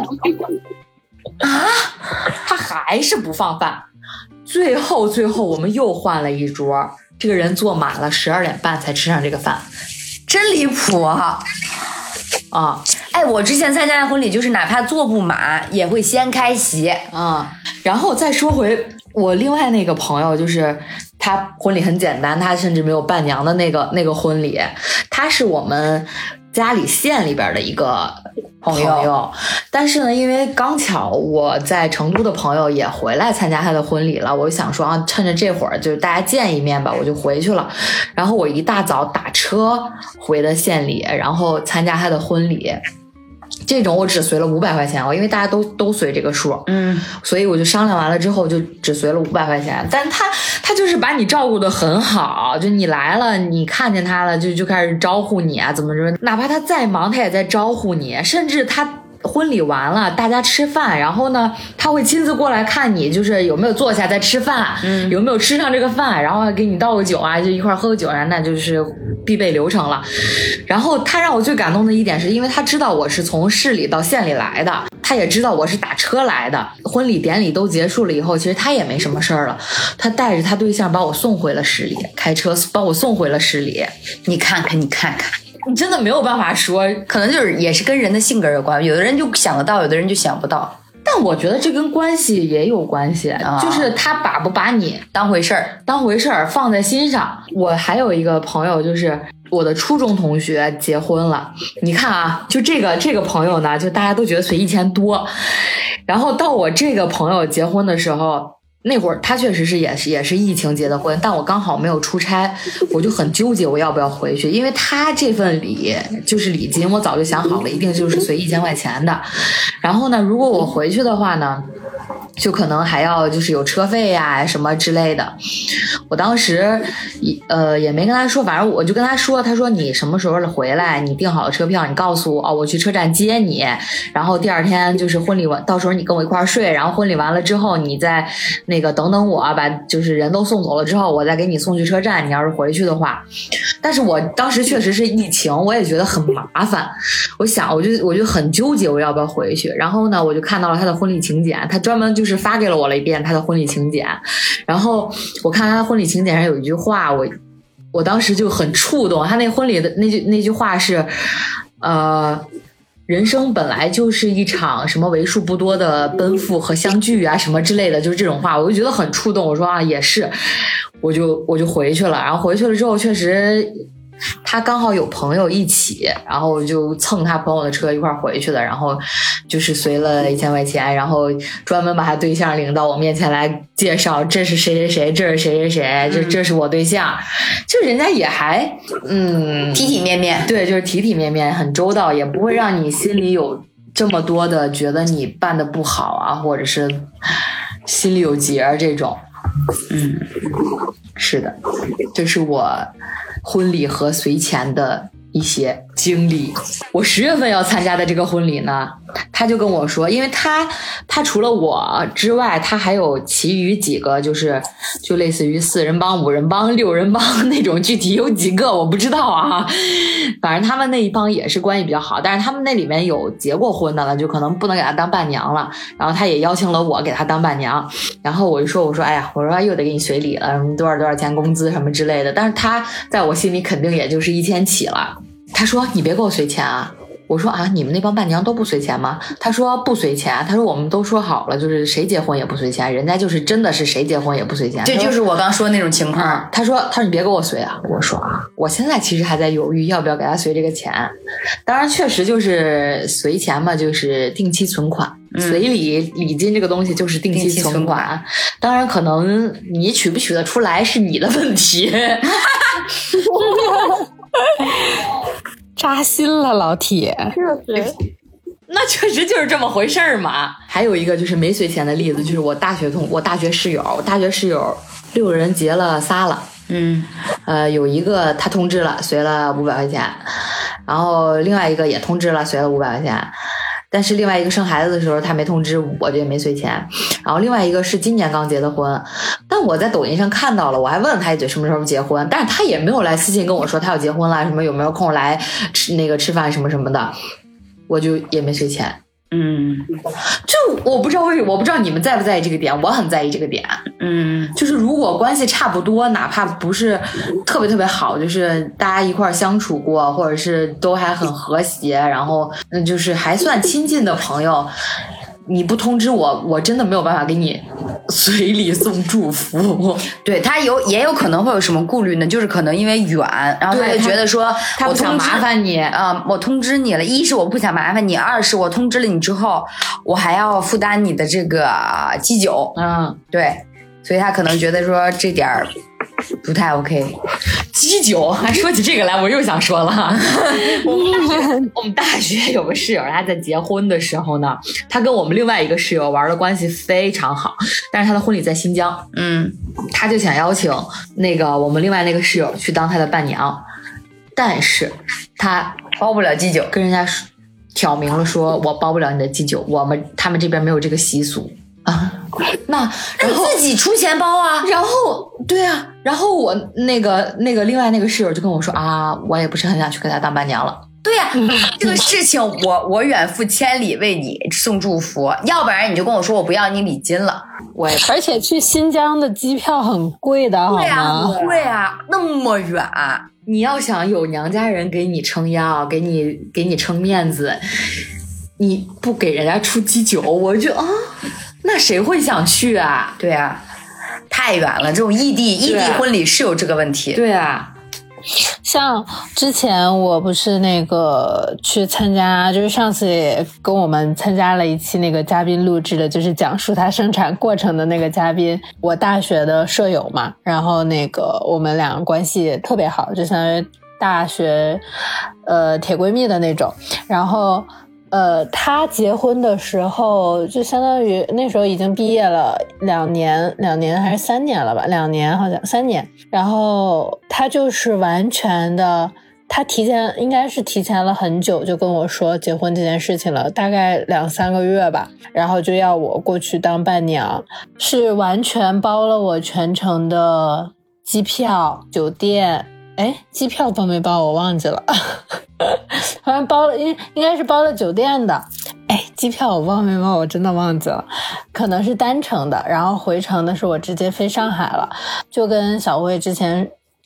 啊，他还是不放饭，最后最后我们又换了一桌，这个人坐满了，十二点半才吃上这个饭。 真离谱啊！ 啊， 哎，我之前参加的婚礼就是哪怕坐不满也会先开席啊。然后再说回我另外那个朋友，就是他婚礼很简单，他甚至没有伴娘的那个那个婚礼，他是我们家里县里边的一个朋友，朋友但是呢，因为刚巧我在成都的朋友也回来参加他的婚礼了，我就想说啊，趁着这会儿就是大家见一面吧，我就回去了。然后我一大早打车回的县里，然后参加他的婚礼。这种我只随了五百块钱，我因为大家都都随这个数， 嗯， 所以我就商量完了之后就只随了五百块钱。但他他就是把你照顾得很好，就你来了，你看见他了，就就开始招呼你啊，怎么着？哪怕他再忙，他也在招呼你，甚至他。婚礼完了，大家吃饭，然后呢，他会亲自过来看你，就是有没有坐下在吃饭，嗯，有没有吃上这个饭，然后还给你倒个酒啊，就一块喝个酒啊，那就是必备流程了。然后他让我最感动的一点是因为他知道我是从市里到县里来的，他也知道我是打车来的。婚礼典礼都结束了以后，其实他也没什么事儿了，他带着他对象把我送回了市里，开车把我送回了市里。 你看看，你看看。 你真的没有办法说， 可能就是也是跟人的性格有关，有的人就想得到，有的人就想不到。 但我觉得这跟关系也有关系，啊、就是他把不把你当回事儿， 当回事儿放在心上。我还有一个朋友，就是我的初中同学结婚了，你看啊，就这个这个朋友呢，就大家都觉得随一千多，然后到我这个朋友结婚的时候。那会儿他确实是也是也是疫情结的婚，但我刚好没有出差，我就很纠结我要不要回去，因为他这份礼就是礼金，我早就想好了，一定就是随一千块钱的。然后呢，如果我回去的话呢，就可能还要就是有车费呀、啊、什么之类的。我当时呃也没跟他说，反正我就跟他说，他说你什么时候回来，你订好了车票，你告诉我哦，我去车站接你，然后第二天就是婚礼完，到时候你跟我一块儿睡，然后婚礼完了之后，你再那个等等我，把就是人都送走了之后，我再给你送去车站。你要是回去的话，但是我当时确实是疫情，我也觉得很麻烦。我想，我就我就很纠结，我要不要回去。然后呢，我就看到了他的婚礼请柬，他专门就是发给了我了一遍他的婚礼请柬。然后我看他的婚礼请柬上有一句话，我我当时就很触动。他那婚礼的那句那句话是，呃。 人生本来就是一场什么为数不多的奔赴和相聚啊，什么之类的，就是这种话，我就觉得很触动。我说啊，也是，我就我就回去了。然后回去了之后，确实他刚好有朋友一起，然后我就蹭他朋友的车一块回去的。然后就是随了一千块钱，然后专门把他对象领到我面前来介绍，这是谁谁谁，这是谁谁谁，这这是我对象，就人家也还嗯体体面面， 对，就是体体面面，很周到，也不会让你心里有这么多的觉得你办的不好啊，或者是心里有结这种。 嗯， 是的，这是我婚礼和随钱的一些经历。我十月份要参加的这个婚礼呢，他就跟我说，因为他他除了我之外，他还有其余几个，就是就类似于四人帮、五人帮、六人帮那种，具体有几个我不知道啊。反正他们那一帮也是关系比较好，但是他们那里面有结过婚的了，就可能不能给他当伴娘了。然后他也邀请了我给他当伴娘，然后我就说，我说哎呀，我说又得给你随礼了，什么多少多少钱工资什么之类的。但是他在我心里肯定也就是一千起了。他说你别给我随钱啊。我说啊，你们那帮伴娘都不随钱吗？他说不随钱，他说我们都说好了，就是谁结婚也不随钱，人家就是真的是谁结婚也不随钱。 这就是我刚说的那种情况。 嗯、他说他说你别给我随啊。我说啊，我现在其实还在犹豫要不要给他随这个钱。当然确实就是随钱嘛，就是定期存款。嗯、随礼礼金这个东西就是定期存款，当然可能你取不取得出来是你的问题。 扎心了，老铁。 是， 那确实就是这么回事儿嘛。还有一个就是没随钱的例子，就是我大学同我大学室友，我大学室友六个人结了仨了， 嗯， 呃，有一个他通知了，随了五百块钱，然后另外一个也通知了，随了五百块钱。但是另外一个生孩子的时候他没通知，我就也没随钱。然后另外一个是今年刚结的婚，但我在抖音上看到了，我还问了他一嘴什么时候结婚，但是他也没有来私信跟我说他要结婚了，什么有没有空来吃那个吃饭什么什么的，我就也没随钱。 嗯， 就我不知道为什么，我不知道你们在不在意这个点，我很在意这个点。 嗯， 就是如果关系差不多，哪怕不是特别特别好，就是大家一块相处过，或者是都还很和谐，然后嗯，就是还算亲近的朋友，你不通知我，我真的没有办法给你随礼送祝福。 对，他有也有可能会有什么顾虑呢？就是可能因为远，然后他就觉得说他不想麻烦你啊、呃，我通知你了，一是我不想麻烦你，二是我通知了你之后，我还要负担你的这个基酒。 嗯， 对，所以他可能觉得说这点儿不太 OK。 基酒，还说起这个来，我又想说了。我们大学，我们大学有个室友，他在结婚的时候呢，他跟我们另外一个室友玩的关系非常好，但是他的婚礼在新疆， 嗯， 他就想邀请那个我们另外那个室友去当他的伴娘，但是他包不了基酒， 跟人家挑明了说，我包不了你的基酒，我们他们这边没有这个习俗。啊，那然后自己出钱包啊， 然后对啊，然后我那个那个另外那个室友就跟我说啊，我也不是很想去给他当伴娘了。 对呀、啊，这个事情我我远赴千里为你送祝福，要不然你就跟我说我不要你礼金了。 我也而且去新疆的机票很贵的，好吗？ 对啊，很贵啊，那么远。 你要想有娘家人给你撑腰，给你给你撑面子，你不给人家出基酒，我就啊。那谁会想去啊？ 对啊，太远了，这种异地异地婚礼是有这个问题。 对啊， 像之前我不是那个去参加，就是上次也跟我们参加了一期那个嘉宾录制的，就是讲述他生产过程的那个嘉宾，我大学的舍友嘛，然后那个我们俩关系特别好，就相当于大学呃铁闺蜜的那种，然后呃，他结婚的时候就相当于那时候已经毕业了两年，两年还是三年了吧？两年好像三年。然后他就是完全的，他提前应该是提前了很久就跟我说结婚这件事情了，大概两三个月吧。然后就要我过去当伴娘，是完全包了我全程的机票、酒店。哎，机票包没包我忘记了，好像包了，应应该是包了酒店的。哎，机票我包没包我真的忘记了，可能是单程的，然后回程的是我直接飞上海了，就跟小慧之前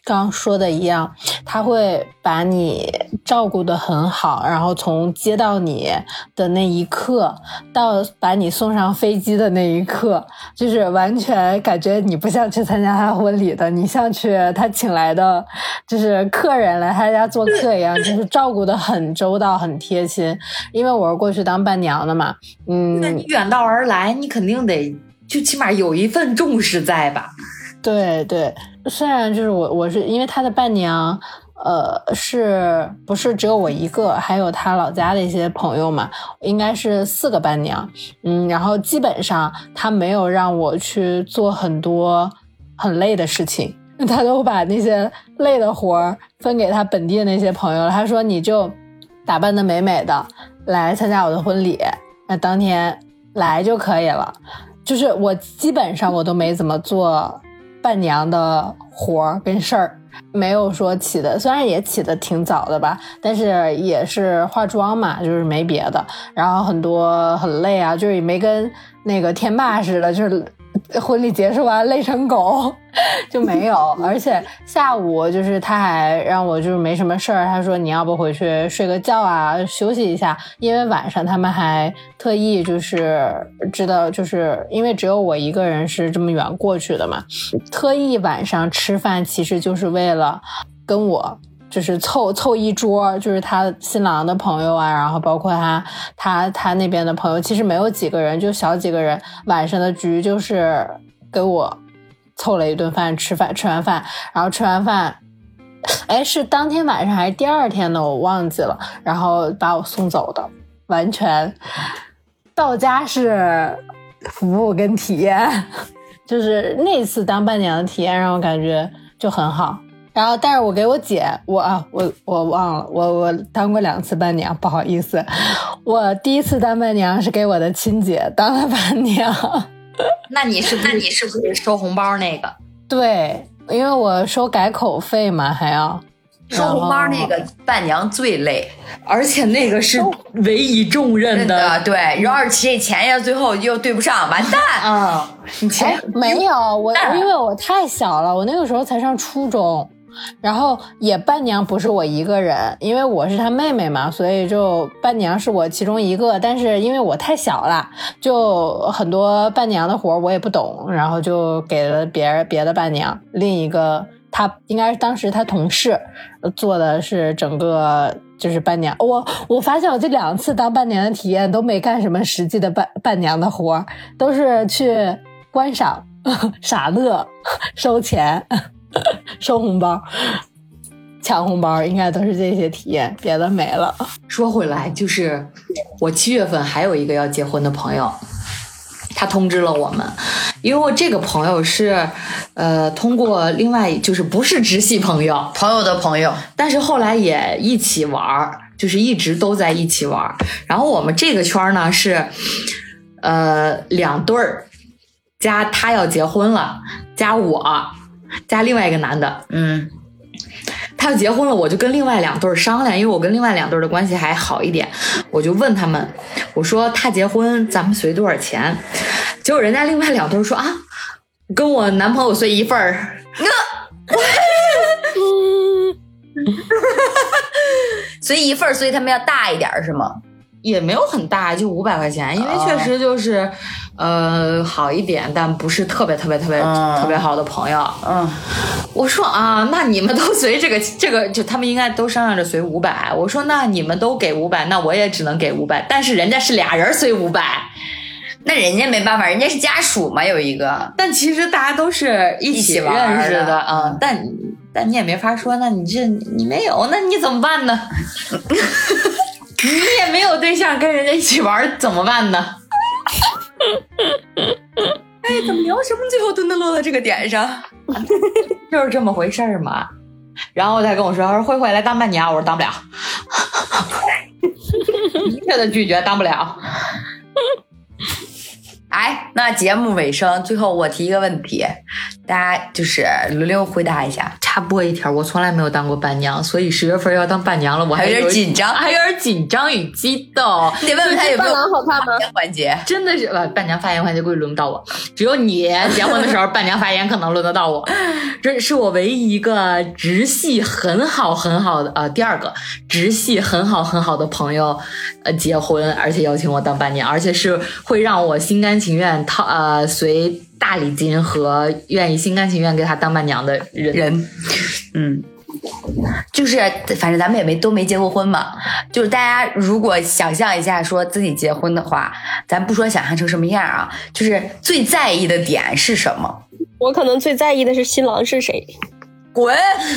刚刚说的一样，他会把你照顾得很好，然后从接到你的那一刻到把你送上飞机的那一刻，就是完全感觉你不像去参加他婚礼的，你像去他请来的就是客人来他家做客一样，就是照顾得很周到很贴心。因为我是过去当伴娘的嘛，嗯， 那你远道而来，你肯定得就起码有一份重视在吧？ 对对，虽然就是我我是因为他的伴娘，呃，是不是只有我一个，还有他老家的一些朋友嘛，应该是四个伴娘，嗯，然后基本上他没有让我去做很多很累的事情，他都把那些累的活分给他本地的那些朋友了。他说你就打扮得美美的来参加我的婚礼，那当天来就可以了。就是我基本上我都没怎么做伴娘的活跟事儿，没有说起的，虽然也起的挺早的吧，但是也是化妆嘛，就是没别的。然后很多很累啊，就是也没跟那个天霸似的，就是婚礼结束完累成狗就没有。而且下午就是他还让我就是没什么事儿，他说你要不回去睡个觉啊，休息一下，因为晚上他们还特意就是知道，就是因为只有我一个人是这么远过去的嘛，特意晚上吃饭其实就是为了跟我就是凑凑一桌，就是他新郎的朋友啊，然后包括他他他那边的朋友，其实没有几个人，就小几个人。晚上的局就是给我凑了一顿饭，吃饭吃完饭，然后吃完饭，哎，是当天晚上还是第二天呢？我忘记了。然后把我送走的，完全到家是服务跟体验，就是那次当伴娘的体验让我感觉就很好。然后，但是我给我姐，我啊，我我忘了，我我当过两次伴娘，不好意思，我第一次当伴娘是给我的亲姐当了伴娘。 那你是不是那你是不是收红包那个？ 对，因为我收改口费嘛，还要收红包那个伴娘最累， 而且那个是委以重任的， 的对，要是这钱要最后又对不上，完蛋啊！你钱、 哎、没有我，因为我太小了，我那个时候才上初中。然后也伴娘不是我一个人，因为我是她妹妹嘛，所以就伴娘是我其中一个，但是因为我太小了，就很多伴娘的活我也不懂，然后就给了别人别的伴娘，另一个她应该是当时她同事做的是整个就是伴娘。我我发现我这两次当伴娘的体验都没干什么实际的伴伴娘的活，都是去观赏傻乐收钱收红包抢红包，应该都是这些体验，别的没了。 说回来，就是我七月份还有一个要结婚的朋友，他通知了我们，因为我这个朋友是呃通过另外就是不是直系朋友朋友的朋友， 但是后来也一起玩，就是一直都在一起玩。然后我们这个圈呢是呃两对儿加他要结婚了，加我加另外一个男的， 嗯， 他要结婚了，我就跟另外两对商量，因为我跟另外两对的关系还好一点，我就问他们，我说他结婚咱们随多少钱？结果人家另外两对说啊，跟我男朋友随一份儿。 随一份，所以他们要大一点是吗？ 也没有很大，就五百块钱，因为确实就是，呃，好一点，但不是特别特别特别、嗯、特别好的朋友。 嗯， 我说啊，那你们都随这个这个，就他们应该都商量着随五百。我说那你们都给五百，那我也只能给五百。但是人家是俩人随五百， 那人家没办法，人家是家属嘛，有一个。 但其实大家都是一起认识的啊、嗯，但但你也没法说，那你这你没有，那你怎么办呢？你也没有对象跟人家一起玩怎么办呢？ 哎，怎么聊什么最后都能落到这个点上？ 就是这么回事儿嘛。然后他跟我说，他说慧慧来当伴娘，我说当不了，明确的拒绝，当不了。 哎， 那节目尾声，最后我提一个问题，大家就是轮流回答一下。 插播一条，我从来没有当过伴娘，所以十月份要当伴娘了，我还有点紧张， 还有点紧张与激动。 你得问问他有没有伴郎好看吗？ 环节真的是呃，伴娘发言环节估计轮不到我，只有你结婚的时候伴娘发言可能轮得到我。这是我唯一一个直系很好很好的呃，第二个直系很好很好的朋友呃结婚，而且邀请我当伴娘，而且是会让我心甘情愿掏呃随大礼金和愿意心甘情愿给他当伴娘的人。 人嗯，就是反正咱们也没都没结过婚嘛，就是大家如果想象一下说自己结婚的话，咱不说想象成什么样啊，就是最在意的点是什么？ 我可能最在意的是新郎是谁。 滚！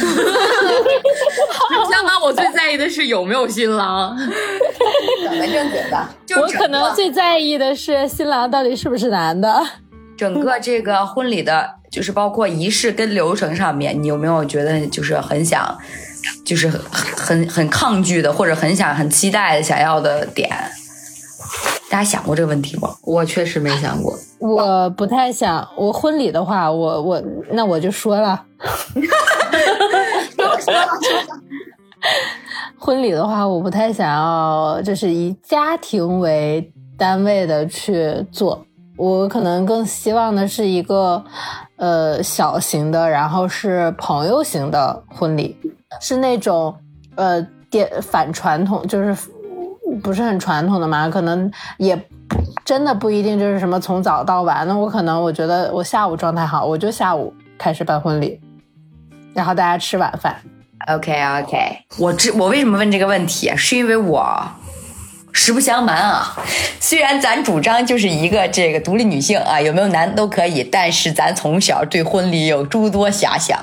相当我最在意的是有没有新郎。 怎么正经的？就我可能最在意的是新郎到底是不是男的。 整个这个婚礼的，就是包括仪式跟流程上面，你有没有觉得就是很想，就是很很很抗拒的，或者很想很期待的想要的点？大家想过这个问题吗？ 我确实没想过。 我不太想，我婚礼的话，我我那我就说了。婚礼的话，我不太想要，就是以家庭为单位的去做。我可能更希望的是一个呃小型的，然后是朋友型的婚礼，是那种呃点反传统，就是不是很传统的嘛，可能也真的不一定就是什么从早到晚。那我可能我觉得我下午状态好，我就下午开始办婚礼，然后大家吃晚饭。 OK OK， 我知我为什么问这个问题，是因为我实不相瞒啊，虽然咱主张就是一个这个独立女性啊，有没有男都可以，但是咱从小对婚礼有诸多遐想。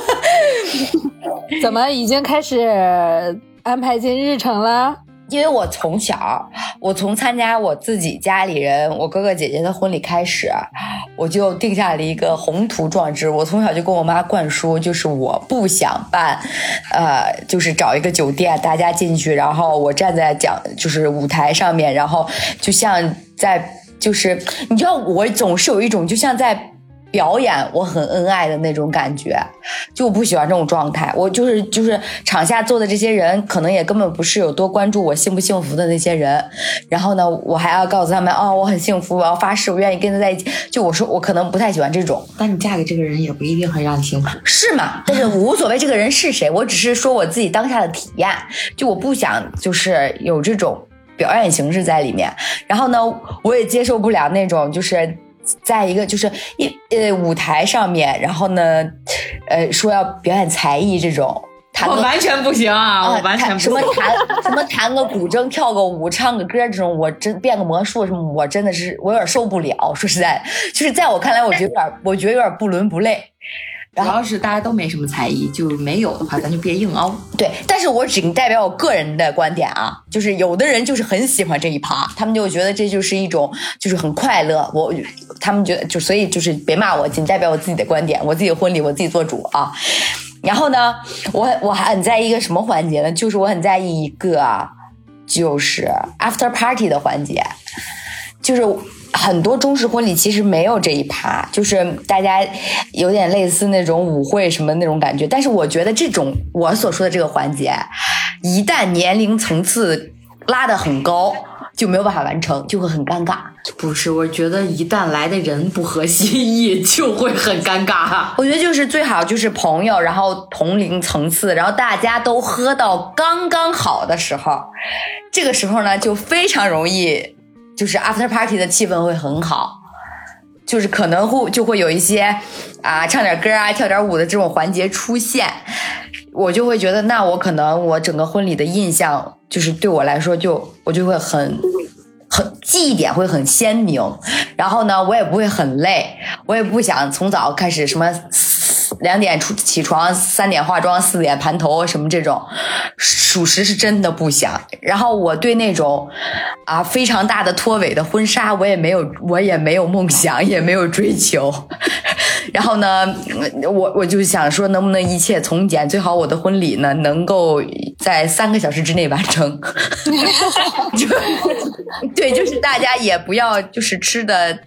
怎么已经开始安排进日程了？ 因为我从小，我从参加我自己家里人，我哥哥姐姐的婚礼开始，我就定下了一个宏图壮志。我从小就跟我妈灌输，就是我不想办，呃，就是找一个酒店，大家进去，然后我站在讲，就是舞台上面，然后就像在，就是你知道，我总是有一种就像在表演我很恩爱的那种感觉，就我不喜欢这种状态。我就是就是场下坐的这些人可能也根本不是有多关注我幸不幸福的那些人，然后呢我还要告诉他们哦我很幸福，我要发誓我愿意跟他在一起。就我说我可能不太喜欢这种。 但你嫁给这个人也不一定会让你幸福， 是吗？但是我无所谓这个人是谁，我只是说我自己当下的体验，就我不想就是有这种表演形式在里面。然后呢我也接受不了那种就是在一个就是一呃舞台上面，然后呢，呃说要表演才艺这种， 我完全不行啊！我完全不行。 什么弹什么弹个古筝、跳个舞、唱个歌这种，我真变个魔术什么，我真的是我有点受不了。说实在，就是在我看来，我觉得有点，我觉得有点不伦不类。 主要是大家都没什么才艺，就没有的话，咱就别硬凹。 对，但是我只代表我个人的观点啊，就是有的人就是很喜欢这一趴，他们就觉得这就是一种就是很快乐。我他们觉得就所以就是别骂我，仅代表我自己的观点，我自己的婚礼我自己做主啊。然后呢，我我还很在意一个什么环节呢？就是我很在意一个就是 after party 的环节，就是很多中式婚礼其实没有这一趴，就是大家有点类似那种舞会什么那种感觉。但是我觉得这种我所说的这个环节，一旦年龄层次拉得很高，就没有办法完成，就会很尴尬。 不是，我觉得一旦来的人不合心意，就会很尴尬。 我觉得就是最好就是朋友，然后同龄层次，然后大家都喝到刚刚好的时候，这个时候呢就非常容易。就是 after party 的气氛会很好，就是可能会就会有一些啊唱点歌啊跳点舞的这种环节出现，我就会觉得那我可能我整个婚礼的印象就是对我来说就我就会很很记忆点会很鲜明，然后呢我也不会很累，我也不想从早开始什么两点出起床，三点化妆，四点盘头什么这种，属实是真的不想。然后我对那种啊非常大的拖尾的婚纱，我也没有，我也没有梦想，也没有追求。然后呢，我我就想说，能不能一切从简？最好我的婚礼呢，能够在三个小时之内完成。就对，就是大家也不要就是吃的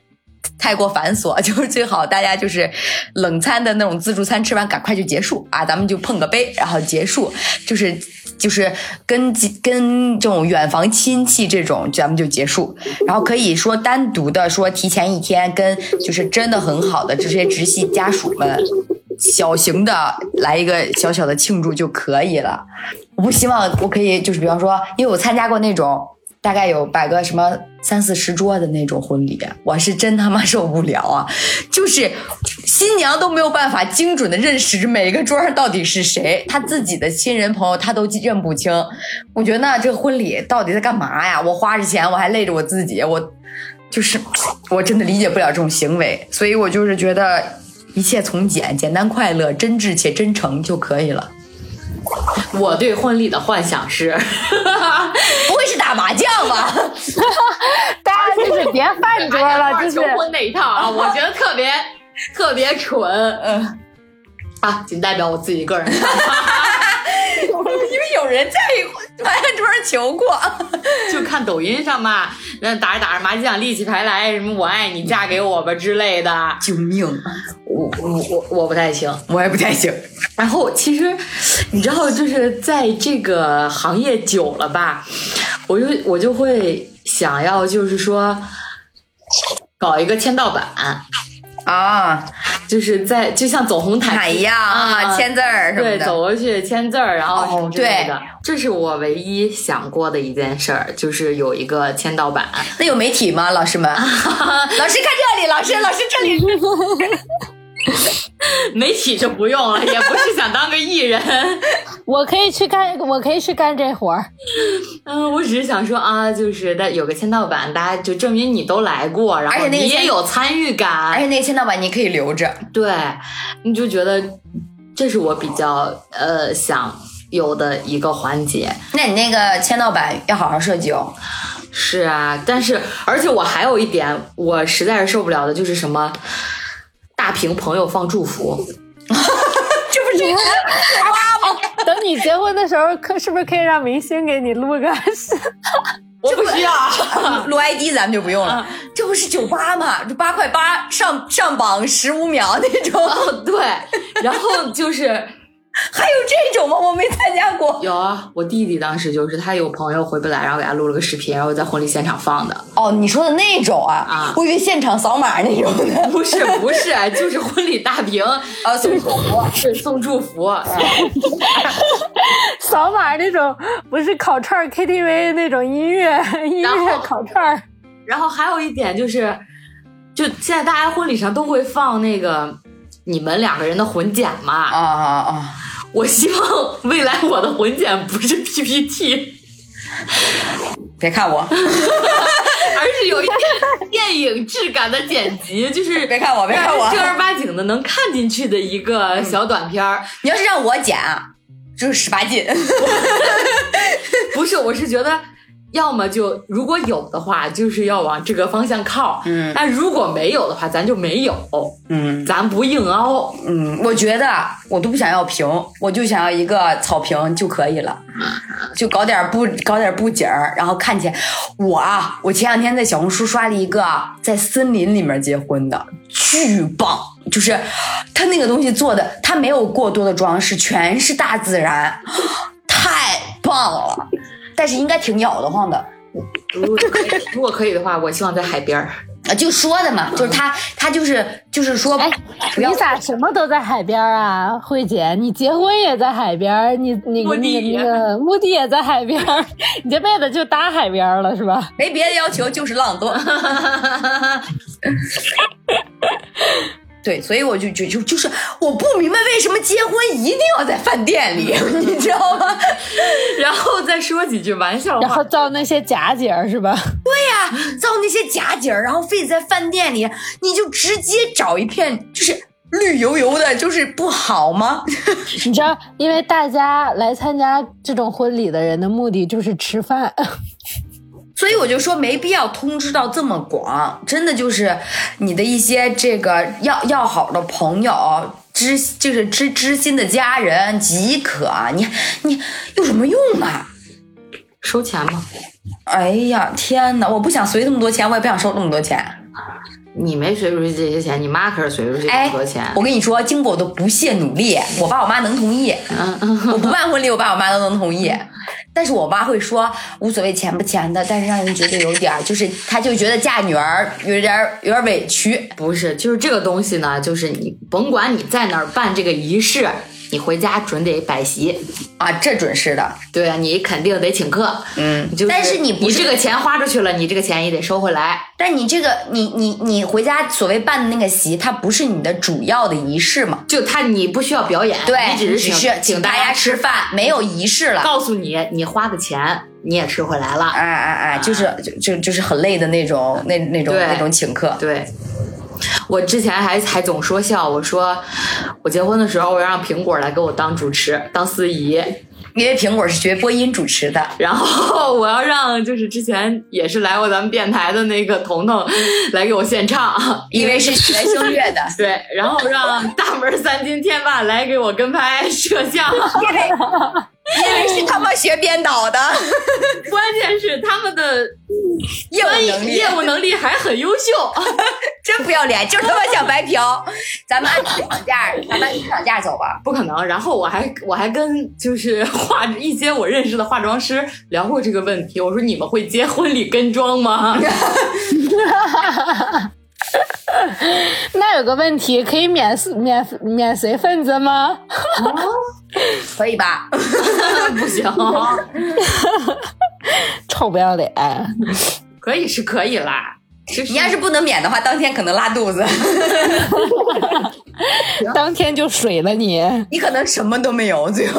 太过繁琐，就是最好大家就是冷餐的那种自助餐吃完赶快就结束啊，咱们就碰个杯然后结束，就是就是跟跟这种远房亲戚这种咱们就结束，然后可以说单独的说提前一天跟就是真的很好的这些直系家属们小型的来一个小小的庆祝就可以了。我不希望我可以就是比方说，因为我参加过那种大概有摆个什么三四十桌的那种婚礼，我是真他妈受不了啊！就是新娘都没有办法精准的认识每个桌上到底是谁，她自己的亲人朋友她都认不清。我觉得那这个婚礼到底在干嘛呀？我花着钱我还累着我自己，我就是我真的理解不了这种行为，所以我就是觉得一切从简，简单快乐，真挚且真诚就可以了。 我对婚礼的幻想是不会是打麻将吧？ 大家就是别饭桌了，就是求婚那一套啊，我觉得特别特别蠢。嗯，啊，仅代表我自己个人看法。 因为有人在麻将桌上求过， 就看抖音上嘛，那打着打着麻将立起牌来，什么我爱你嫁给我吧之类的。 救命！ 我我我我不太行， 我也不太行。 然后其实你知道，就是在这个行业久了吧，我就我就会想要就是说搞一个签到板啊， 就是在就像走红毯一样啊，签字儿什么的， 对，走过去签字儿，然后什么之类的。 哦、 这是我唯一想过的一件事儿，就是有一个签到板。 那有媒体吗？老师们，老师看这里，老师，老师这里。 媒体就不用了，也不是想当个艺人。 我可以去干，我可以去干这活儿。 嗯，我只是想说啊，就是在有个签到板，大家就证明你都来过，然后你也有参与感， 而且那个签到板你可以留着。 对，你就觉得这是我比较呃想有的一个环节。 那你那个签到板要好好设计哦。 是啊，但是而且我还有一点，我实在是受不了的就是什么。大屏朋友放祝福， 这不是等你结婚的时候，可是不是可以让明星给你录个？ 我不需要录 I D， 咱们就不用了。啊、这不是九八吗？这八块八上上榜十五秒那种。 哦，对，然后就是。 还有这种吗？我没参加过。 有啊，我弟弟当时就是他有朋友回不来，然后给他录了个视频，然后在婚礼现场放的。 哦，你说的那种啊？啊，我以为现场扫码那种的。 不是不是，就是婚礼大屏啊，送祝福， 是送祝福。啊、 扫码那种不是烤串 K T V 那种音乐音乐烤串。 然后还有一点就是，就现在大家婚礼上都会放那个。你们两个人的混剪嘛？ 啊啊啊！ 我希望未来我的混剪不是 P P T， 别看我， 而是有一点电影质感的剪辑，就是别看我，别看我， 正儿八经的能看进去的一个小短片儿、嗯。 你要是让我剪啊，就是十八禁。 不是，我是觉得。要么就如果有的话，就是要往这个方向靠。嗯，但如果没有的话，咱就没有。嗯，咱不硬凹。 嗯，我觉得我都不想要屏，我就想要一个草屏就可以了。就搞点布，搞点布景儿，然后看起来我啊，我前两天在小红书刷了一个在森林里面结婚的，巨棒。就是他那个东西做的，他没有过多的装饰，全是大自然，太棒了。但是应该挺咬得慌的。 如果可以，如果可以的话，我希望在海边儿。 啊，就说的嘛，就是他，他就是就是说， 哎，你咋什么都在海边啊，慧姐？你结婚也在海边，你那个那个那个墓地也在海边，你这辈子就搭海边了是吧？ 没别的要求，就是浪多。对，所以我就就就就是我不明白为什么结婚一定要在饭店里，你知道吗？ 然后再说几句玩笑话， 然后造那些假景是吧？ 对呀、啊，造那些假景，然后非得在饭店里，你就直接找一片就是绿油油的，就是不好吗？ 你知道，因为大家来参加这种婚礼的人的目的就是吃饭。 所以我就说没必要通知到这么广，真的就是你的一些这个要要好的朋友，知就是知知心的家人即可。你你有什么用啊？ 收钱吗？ 哎呀天哪！我不想随那么多钱，我也不想收那么多钱。 你没随出去这些钱，你妈可是随出去很多钱。 哎，我跟你说，经过我的不懈努力，我爸我妈能同意。 嗯嗯， 我不办婚礼，我爸我妈都能同意。但是我妈会说无所谓钱不钱的，但是让人觉得有点就是她就觉得嫁女儿有点有点委屈。 不是，就是这个东西呢，就是你甭管你在哪儿办这个仪式，你回家准得摆席啊，这准是的。 对啊，你肯定得请客。 嗯， 就是、 但是你不是你这个钱花出去了，你这个钱也得收回来。 但你这个你你你回家所谓办的那个席，它不是你的主要的仪式嘛？ 就他你不需要表演， 对， 你只是请请大家家吃饭，没有仪式了。 告诉你，你花的钱你也吃回来了。 哎哎哎，就是就就就是很累的那种那那种那种请客。 对。我之前还还总说笑，我说我结婚的时候我要让苹果来给我当主持当司仪， 因为苹果是学播音主持的， 然后我要让就是之前也是来过咱们电台的那个彤彤来给我献唱， 因为是学声乐的。 对，然后让大门三金天霸来给我跟拍摄像， 因为因为是他们学编导的， 关键是他们的业务能力业务能力还很优秀。 真不要脸，就是他妈想白嫖。咱们按市场价，咱们按市场价走吧。 不可能。然后我还我还跟就是化一些我认识的化妆师聊过这个问题。我说你们会接婚礼跟妆吗？ 那有个问题，可以免免免随份子吗？ 可以吧？ 不行， 臭不要脸。 可以是可以啦。 你要是不能免的话，当天可能拉肚子， 当天就水了你， 你可能什么都没有，最后。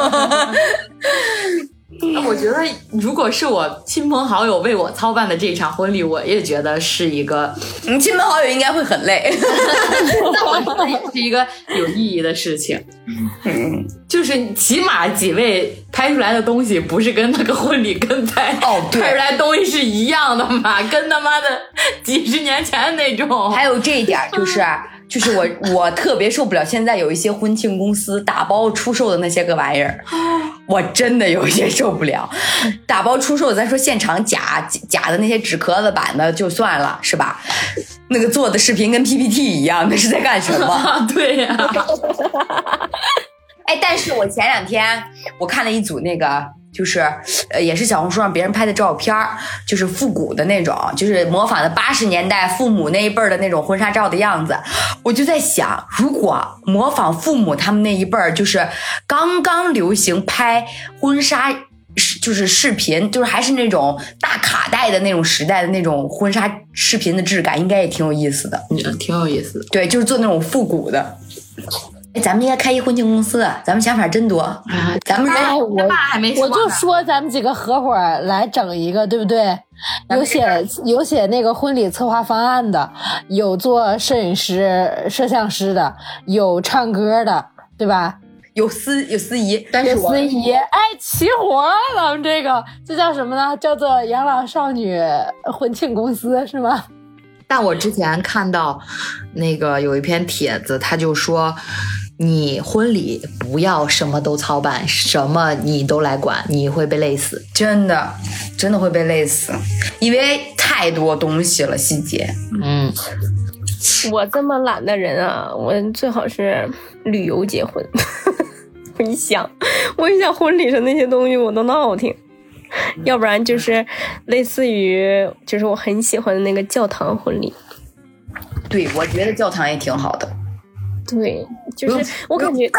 我觉得如果是我亲朋好友为我操办的这一场婚礼，我也觉得是一个， 你亲朋好友应该会很累， 但我觉得也是一个有意义的事情。嗯，就是起码几位拍出来的东西不是跟那个婚礼跟拍哦拍出来的东西是一样的嘛，跟他妈的几十年前那种。 还有这一点就是。就是我，我特别受不了现在有一些婚庆公司打包出售的那些个玩意儿，我真的有一些受不了。打包出售，咱说现场假假的那些纸壳子版的就算了，是吧？那个做的视频跟 P P T 一样，那是在干什么？ 对呀、啊。 哎，但是我前两天我看了一组那个。就是呃，也是小红书上别人拍的照片，就是复古的那种，就是模仿的八十年代父母那一辈儿的那种婚纱照的样子。我就在想，如果模仿父母他们那一辈儿，就是刚刚流行拍婚纱，就是视频，就是还是那种大卡带的那种时代的那种婚纱视频的质感，应该也挺有意思的。 嗯，挺有意思的。 对，就是做那种复古的。哎，咱们应该开一婚庆公司，咱们想法真多啊！咱们哎，我爸还没说呢， 我就说咱们几个合伙来整一个，对不对？有写有写那个婚礼策划方案的，有做摄影师、摄像师的，有唱歌的，对吧？ 有司有司仪，但是有司仪，哎，齐活了！咱们这个这叫什么呢？叫做养老少女婚庆公司是吗？ 但我之前看到那个有一篇帖子，他就说你婚礼不要什么都操办，什么你都来管，你会被累死。 真的真的会被累死，因为太多东西了，细节。 嗯， 我这么懒的人啊，我最好是旅游结婚。我一想我一想婚礼上那些东西我都闹挺，要不然就是类似于就是我很喜欢的那个教堂婚礼。 对，我觉得教堂也挺好的。 对，就是我感觉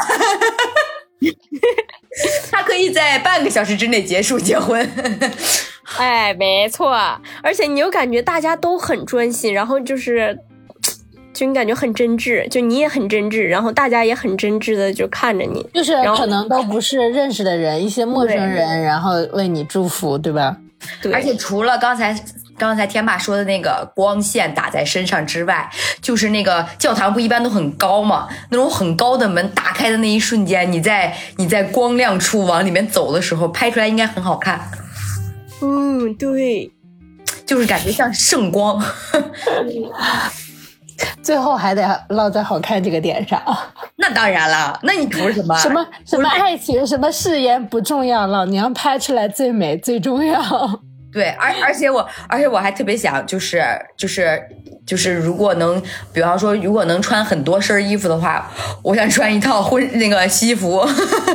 他可以在半个小时之内结束结婚。 哎，没错，而且你又感觉大家都很专心，然后就是就你感觉很真挚，就你也很真挚，然后大家也很真挚的就看着你， 就是可能都不是认识的人，一些陌生人，然后为你祝福，对吧？ 对。 而且除了刚才刚才天霸说的那个光线打在身上之外，就是那个教堂不一般都很高嘛，那种很高的门打开的那一瞬间，你在你在光亮处往里面走的时候，拍出来应该很好看。 嗯，对， 就是感觉像圣光。 最后还得落在好看这个点上。 那当然了，那你图什么？ 什么什么爱情，什么誓言不重要，老娘拍出来最美最重要。 对，而而且我而且我还特别想，就是就是就是，如果能，比方说，如果能穿很多身衣服的话，我想穿一套婚那个西服。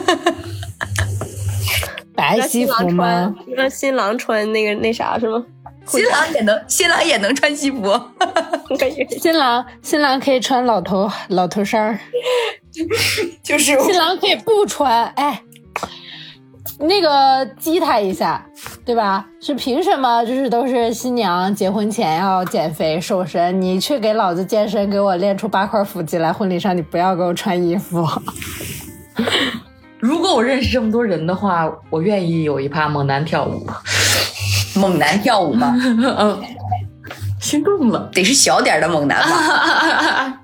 白西服吗？ 让新郎穿那个那啥是吗？ 新郎也能，新郎也能穿西服。 新郎新郎可以穿老头老头衫， 就是新郎可以不穿，哎。那个激他一下，对吧？是凭什么？就是都是新娘结婚前要减肥瘦身，你去给老子健身，给我练出八块腹肌来，婚礼上你不要给我穿衣服。 如果我认识这么多人的话，我愿意有一趴猛男跳舞。 猛男跳舞吗？ 嗯，心动了， 得是小点的猛男吧。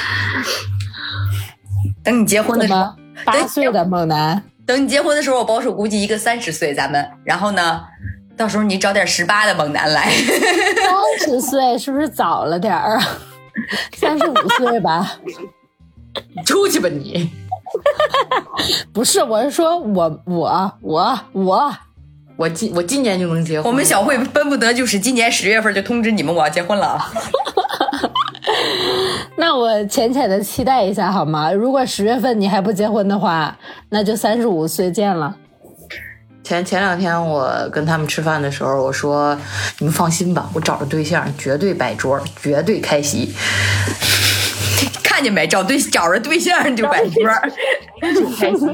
等你结婚的时候， 八岁的猛男。 等你结婚的时候，我保守估计一个三十岁，咱们，然后呢，到时候你找点十八的猛男来。 三十岁是不是早了点儿？三十五岁吧。 出去吧你！ 不是，我是说我我我我我今我今年就能结婚。 我们小慧奔不得，就是今年十月份就通知你们我要结婚了啊。 那我浅浅的期待一下好吗？如果十月份你还不结婚的话，那就三十五岁见了。 前前两天我跟他们吃饭的时候，我说你们放心吧，我找着对象绝对摆桌，绝对开席。 看见没？找对找着对象就摆桌，就开席。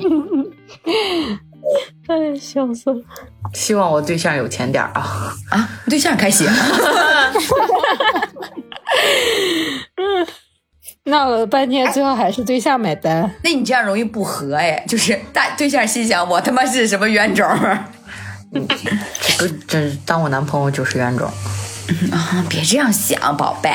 哎，笑死了！ 希望我对象有钱点啊啊！对象开席。 闹了半天，最后还是对象买单。 那你这样容易不和哎，就是大对象心想我他妈是什么冤种？ 嗯，这个这当我男朋友就是冤种啊！别这样想，宝贝。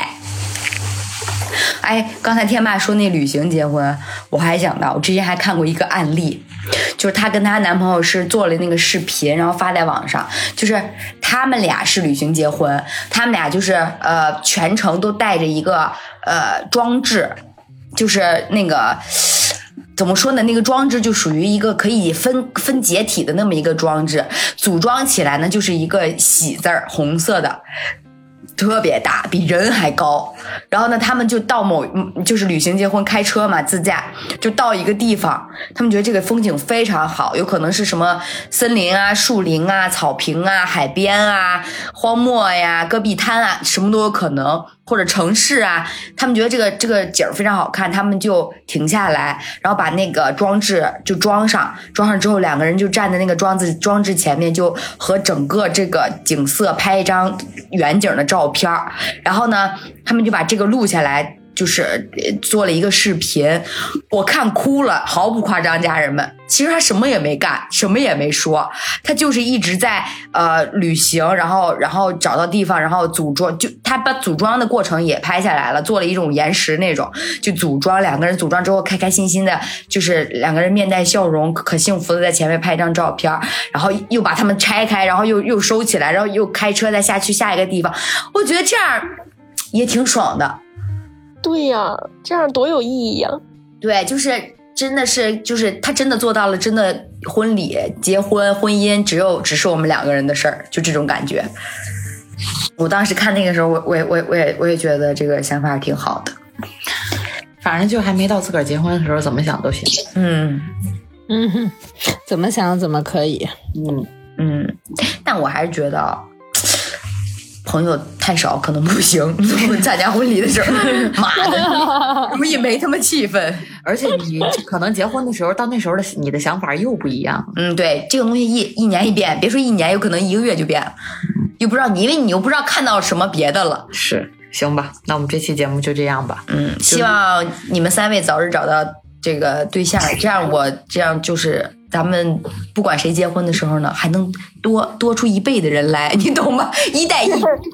哎，刚才天霸说那旅行结婚，我还想到我之前还看过一个案例，就是她跟她男朋友是做了那个视频，然后发在网上，就是他们俩是旅行结婚，他们俩就是呃全程都带着一个呃装置，就是那个怎么说呢，那个装置就属于一个可以分分解体的那么一个装置，组装起来呢就是一个喜字儿，红色的，特别大，比人还高。然后呢，他们就到某就是旅行结婚开车嘛，自驾就到一个地方，他们觉得这个风景非常好，有可能是什么森林啊、树林啊、草坪啊、海边啊、荒漠呀、戈壁滩啊，什么都有可能，或者城市啊。他们觉得这个这个景儿非常好看，他们就停下来，然后把那个装置就装上，装上之后两个人就站在那个装置装置前面，就和整个这个景色拍一张远景的照片，然后呢他们就把这个录下来，就是做了一个视频，我看哭了，毫不夸张，家人们。其实他什么也没干，什么也没说，他就是一直在呃旅行，然后然后找到地方，然后组装，就他把组装的过程也拍下来了，做了一种延时那种，就组装，两个人组装之后开开心心的，就是两个人面带笑容，可幸福的在前面拍一张照片，然后又把他们拆开，然后又又收起来，然后又开车再下去下一个地方，我觉得这样也挺爽的。 对呀，这样多有意义呀！ 对，就是真的是，就是他真的做到了，真的婚礼、结婚、婚姻只有只是我们两个人的事儿，就这种感觉。我当时看那个时候，我我也我也我也我也觉得这个想法挺好的。 反正就还没到自个儿结婚的时候，怎么想都行。 嗯嗯哼，怎么想怎么可以。 嗯嗯，但我还是觉得。朋友太少可能不行，参加婚礼的时候，妈的，容易没他妈气氛。 而且你可能结婚的时候，到那时候的你的想法又不一样。 嗯，对，这个东西一一年一变，别说一年，有可能一个月就变了，又不知道你，因为你又不知道看到什么别的了。 是，行吧，那我们这期节目就这样吧。 嗯，希望你们三位早日找到这个对象，这样我这样就是。咱们不管谁结婚的时候呢，还能多多出一倍的人来，你懂吗？一带一，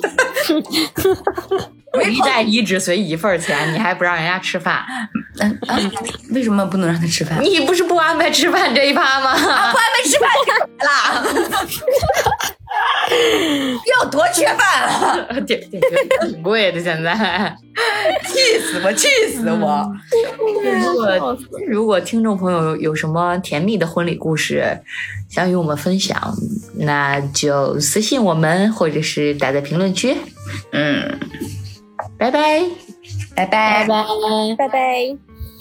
一带一只随一份钱，你还不让人家吃饭？ 嗯啊，为什么不能让他吃饭？ 你不是不安排吃饭这一趴吗？ 啊，不安排吃饭啦！要多缺饭啊！ 挺挺挺贵的，现在气死我，气死我！ 如果如果听众朋友有什么甜蜜的婚礼故事想与我们分享，那就私信我们，或者是打在评论区。 嗯， 拜拜， 拜拜， 拜拜。 拜拜。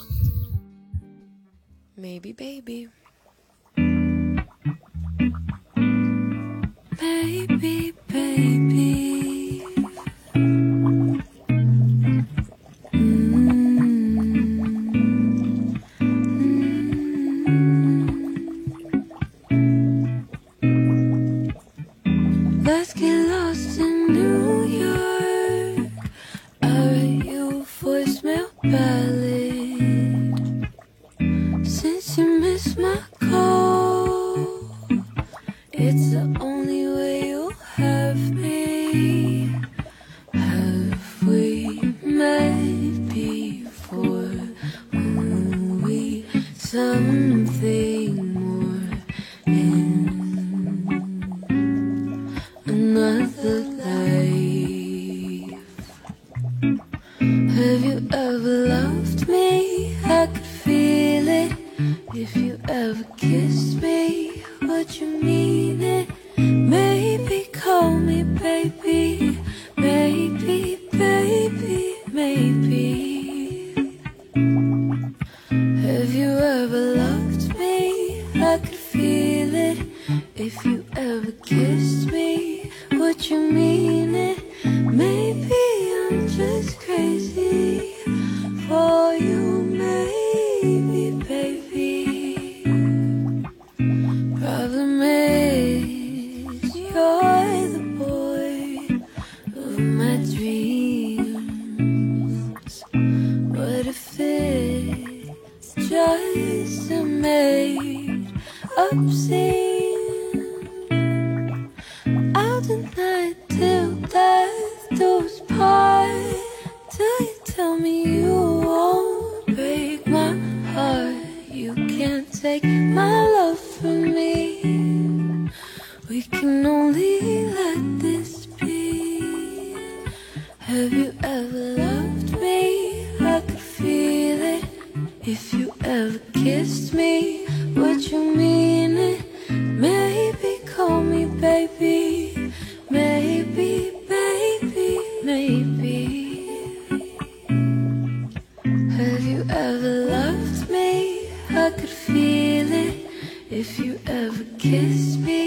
Maybe, baby. Baby, baby. Mm-hmm. Let's get lost in New York. I'll write you a voicemail ballad. Since you missed my call, it's the only way you'll have me. Have we met before? Were we something more in another life? Have you ever loved me? I could feel it. If you ever kissed me, would you mean it? Maybe call me baby, maybe, baby, maybe. Have you ever loved me? I could feel it. If you ever kissed me, would you mean it? Maybe I'm just crazy for you, maybe, baby. Problem is, you're the boy of my dreams. What if it's just a made-up scene? I'll deny till death do us part. Till you tell me you won't break my heart. You can't take my love from me. We can only let this be. Have you ever loved me? I could feel it. If you ever kissed me, would you mean it? Maybe call me baby, maybe, baby, maybe. Have you ever loved me? I could feel it. If you ever kissed me,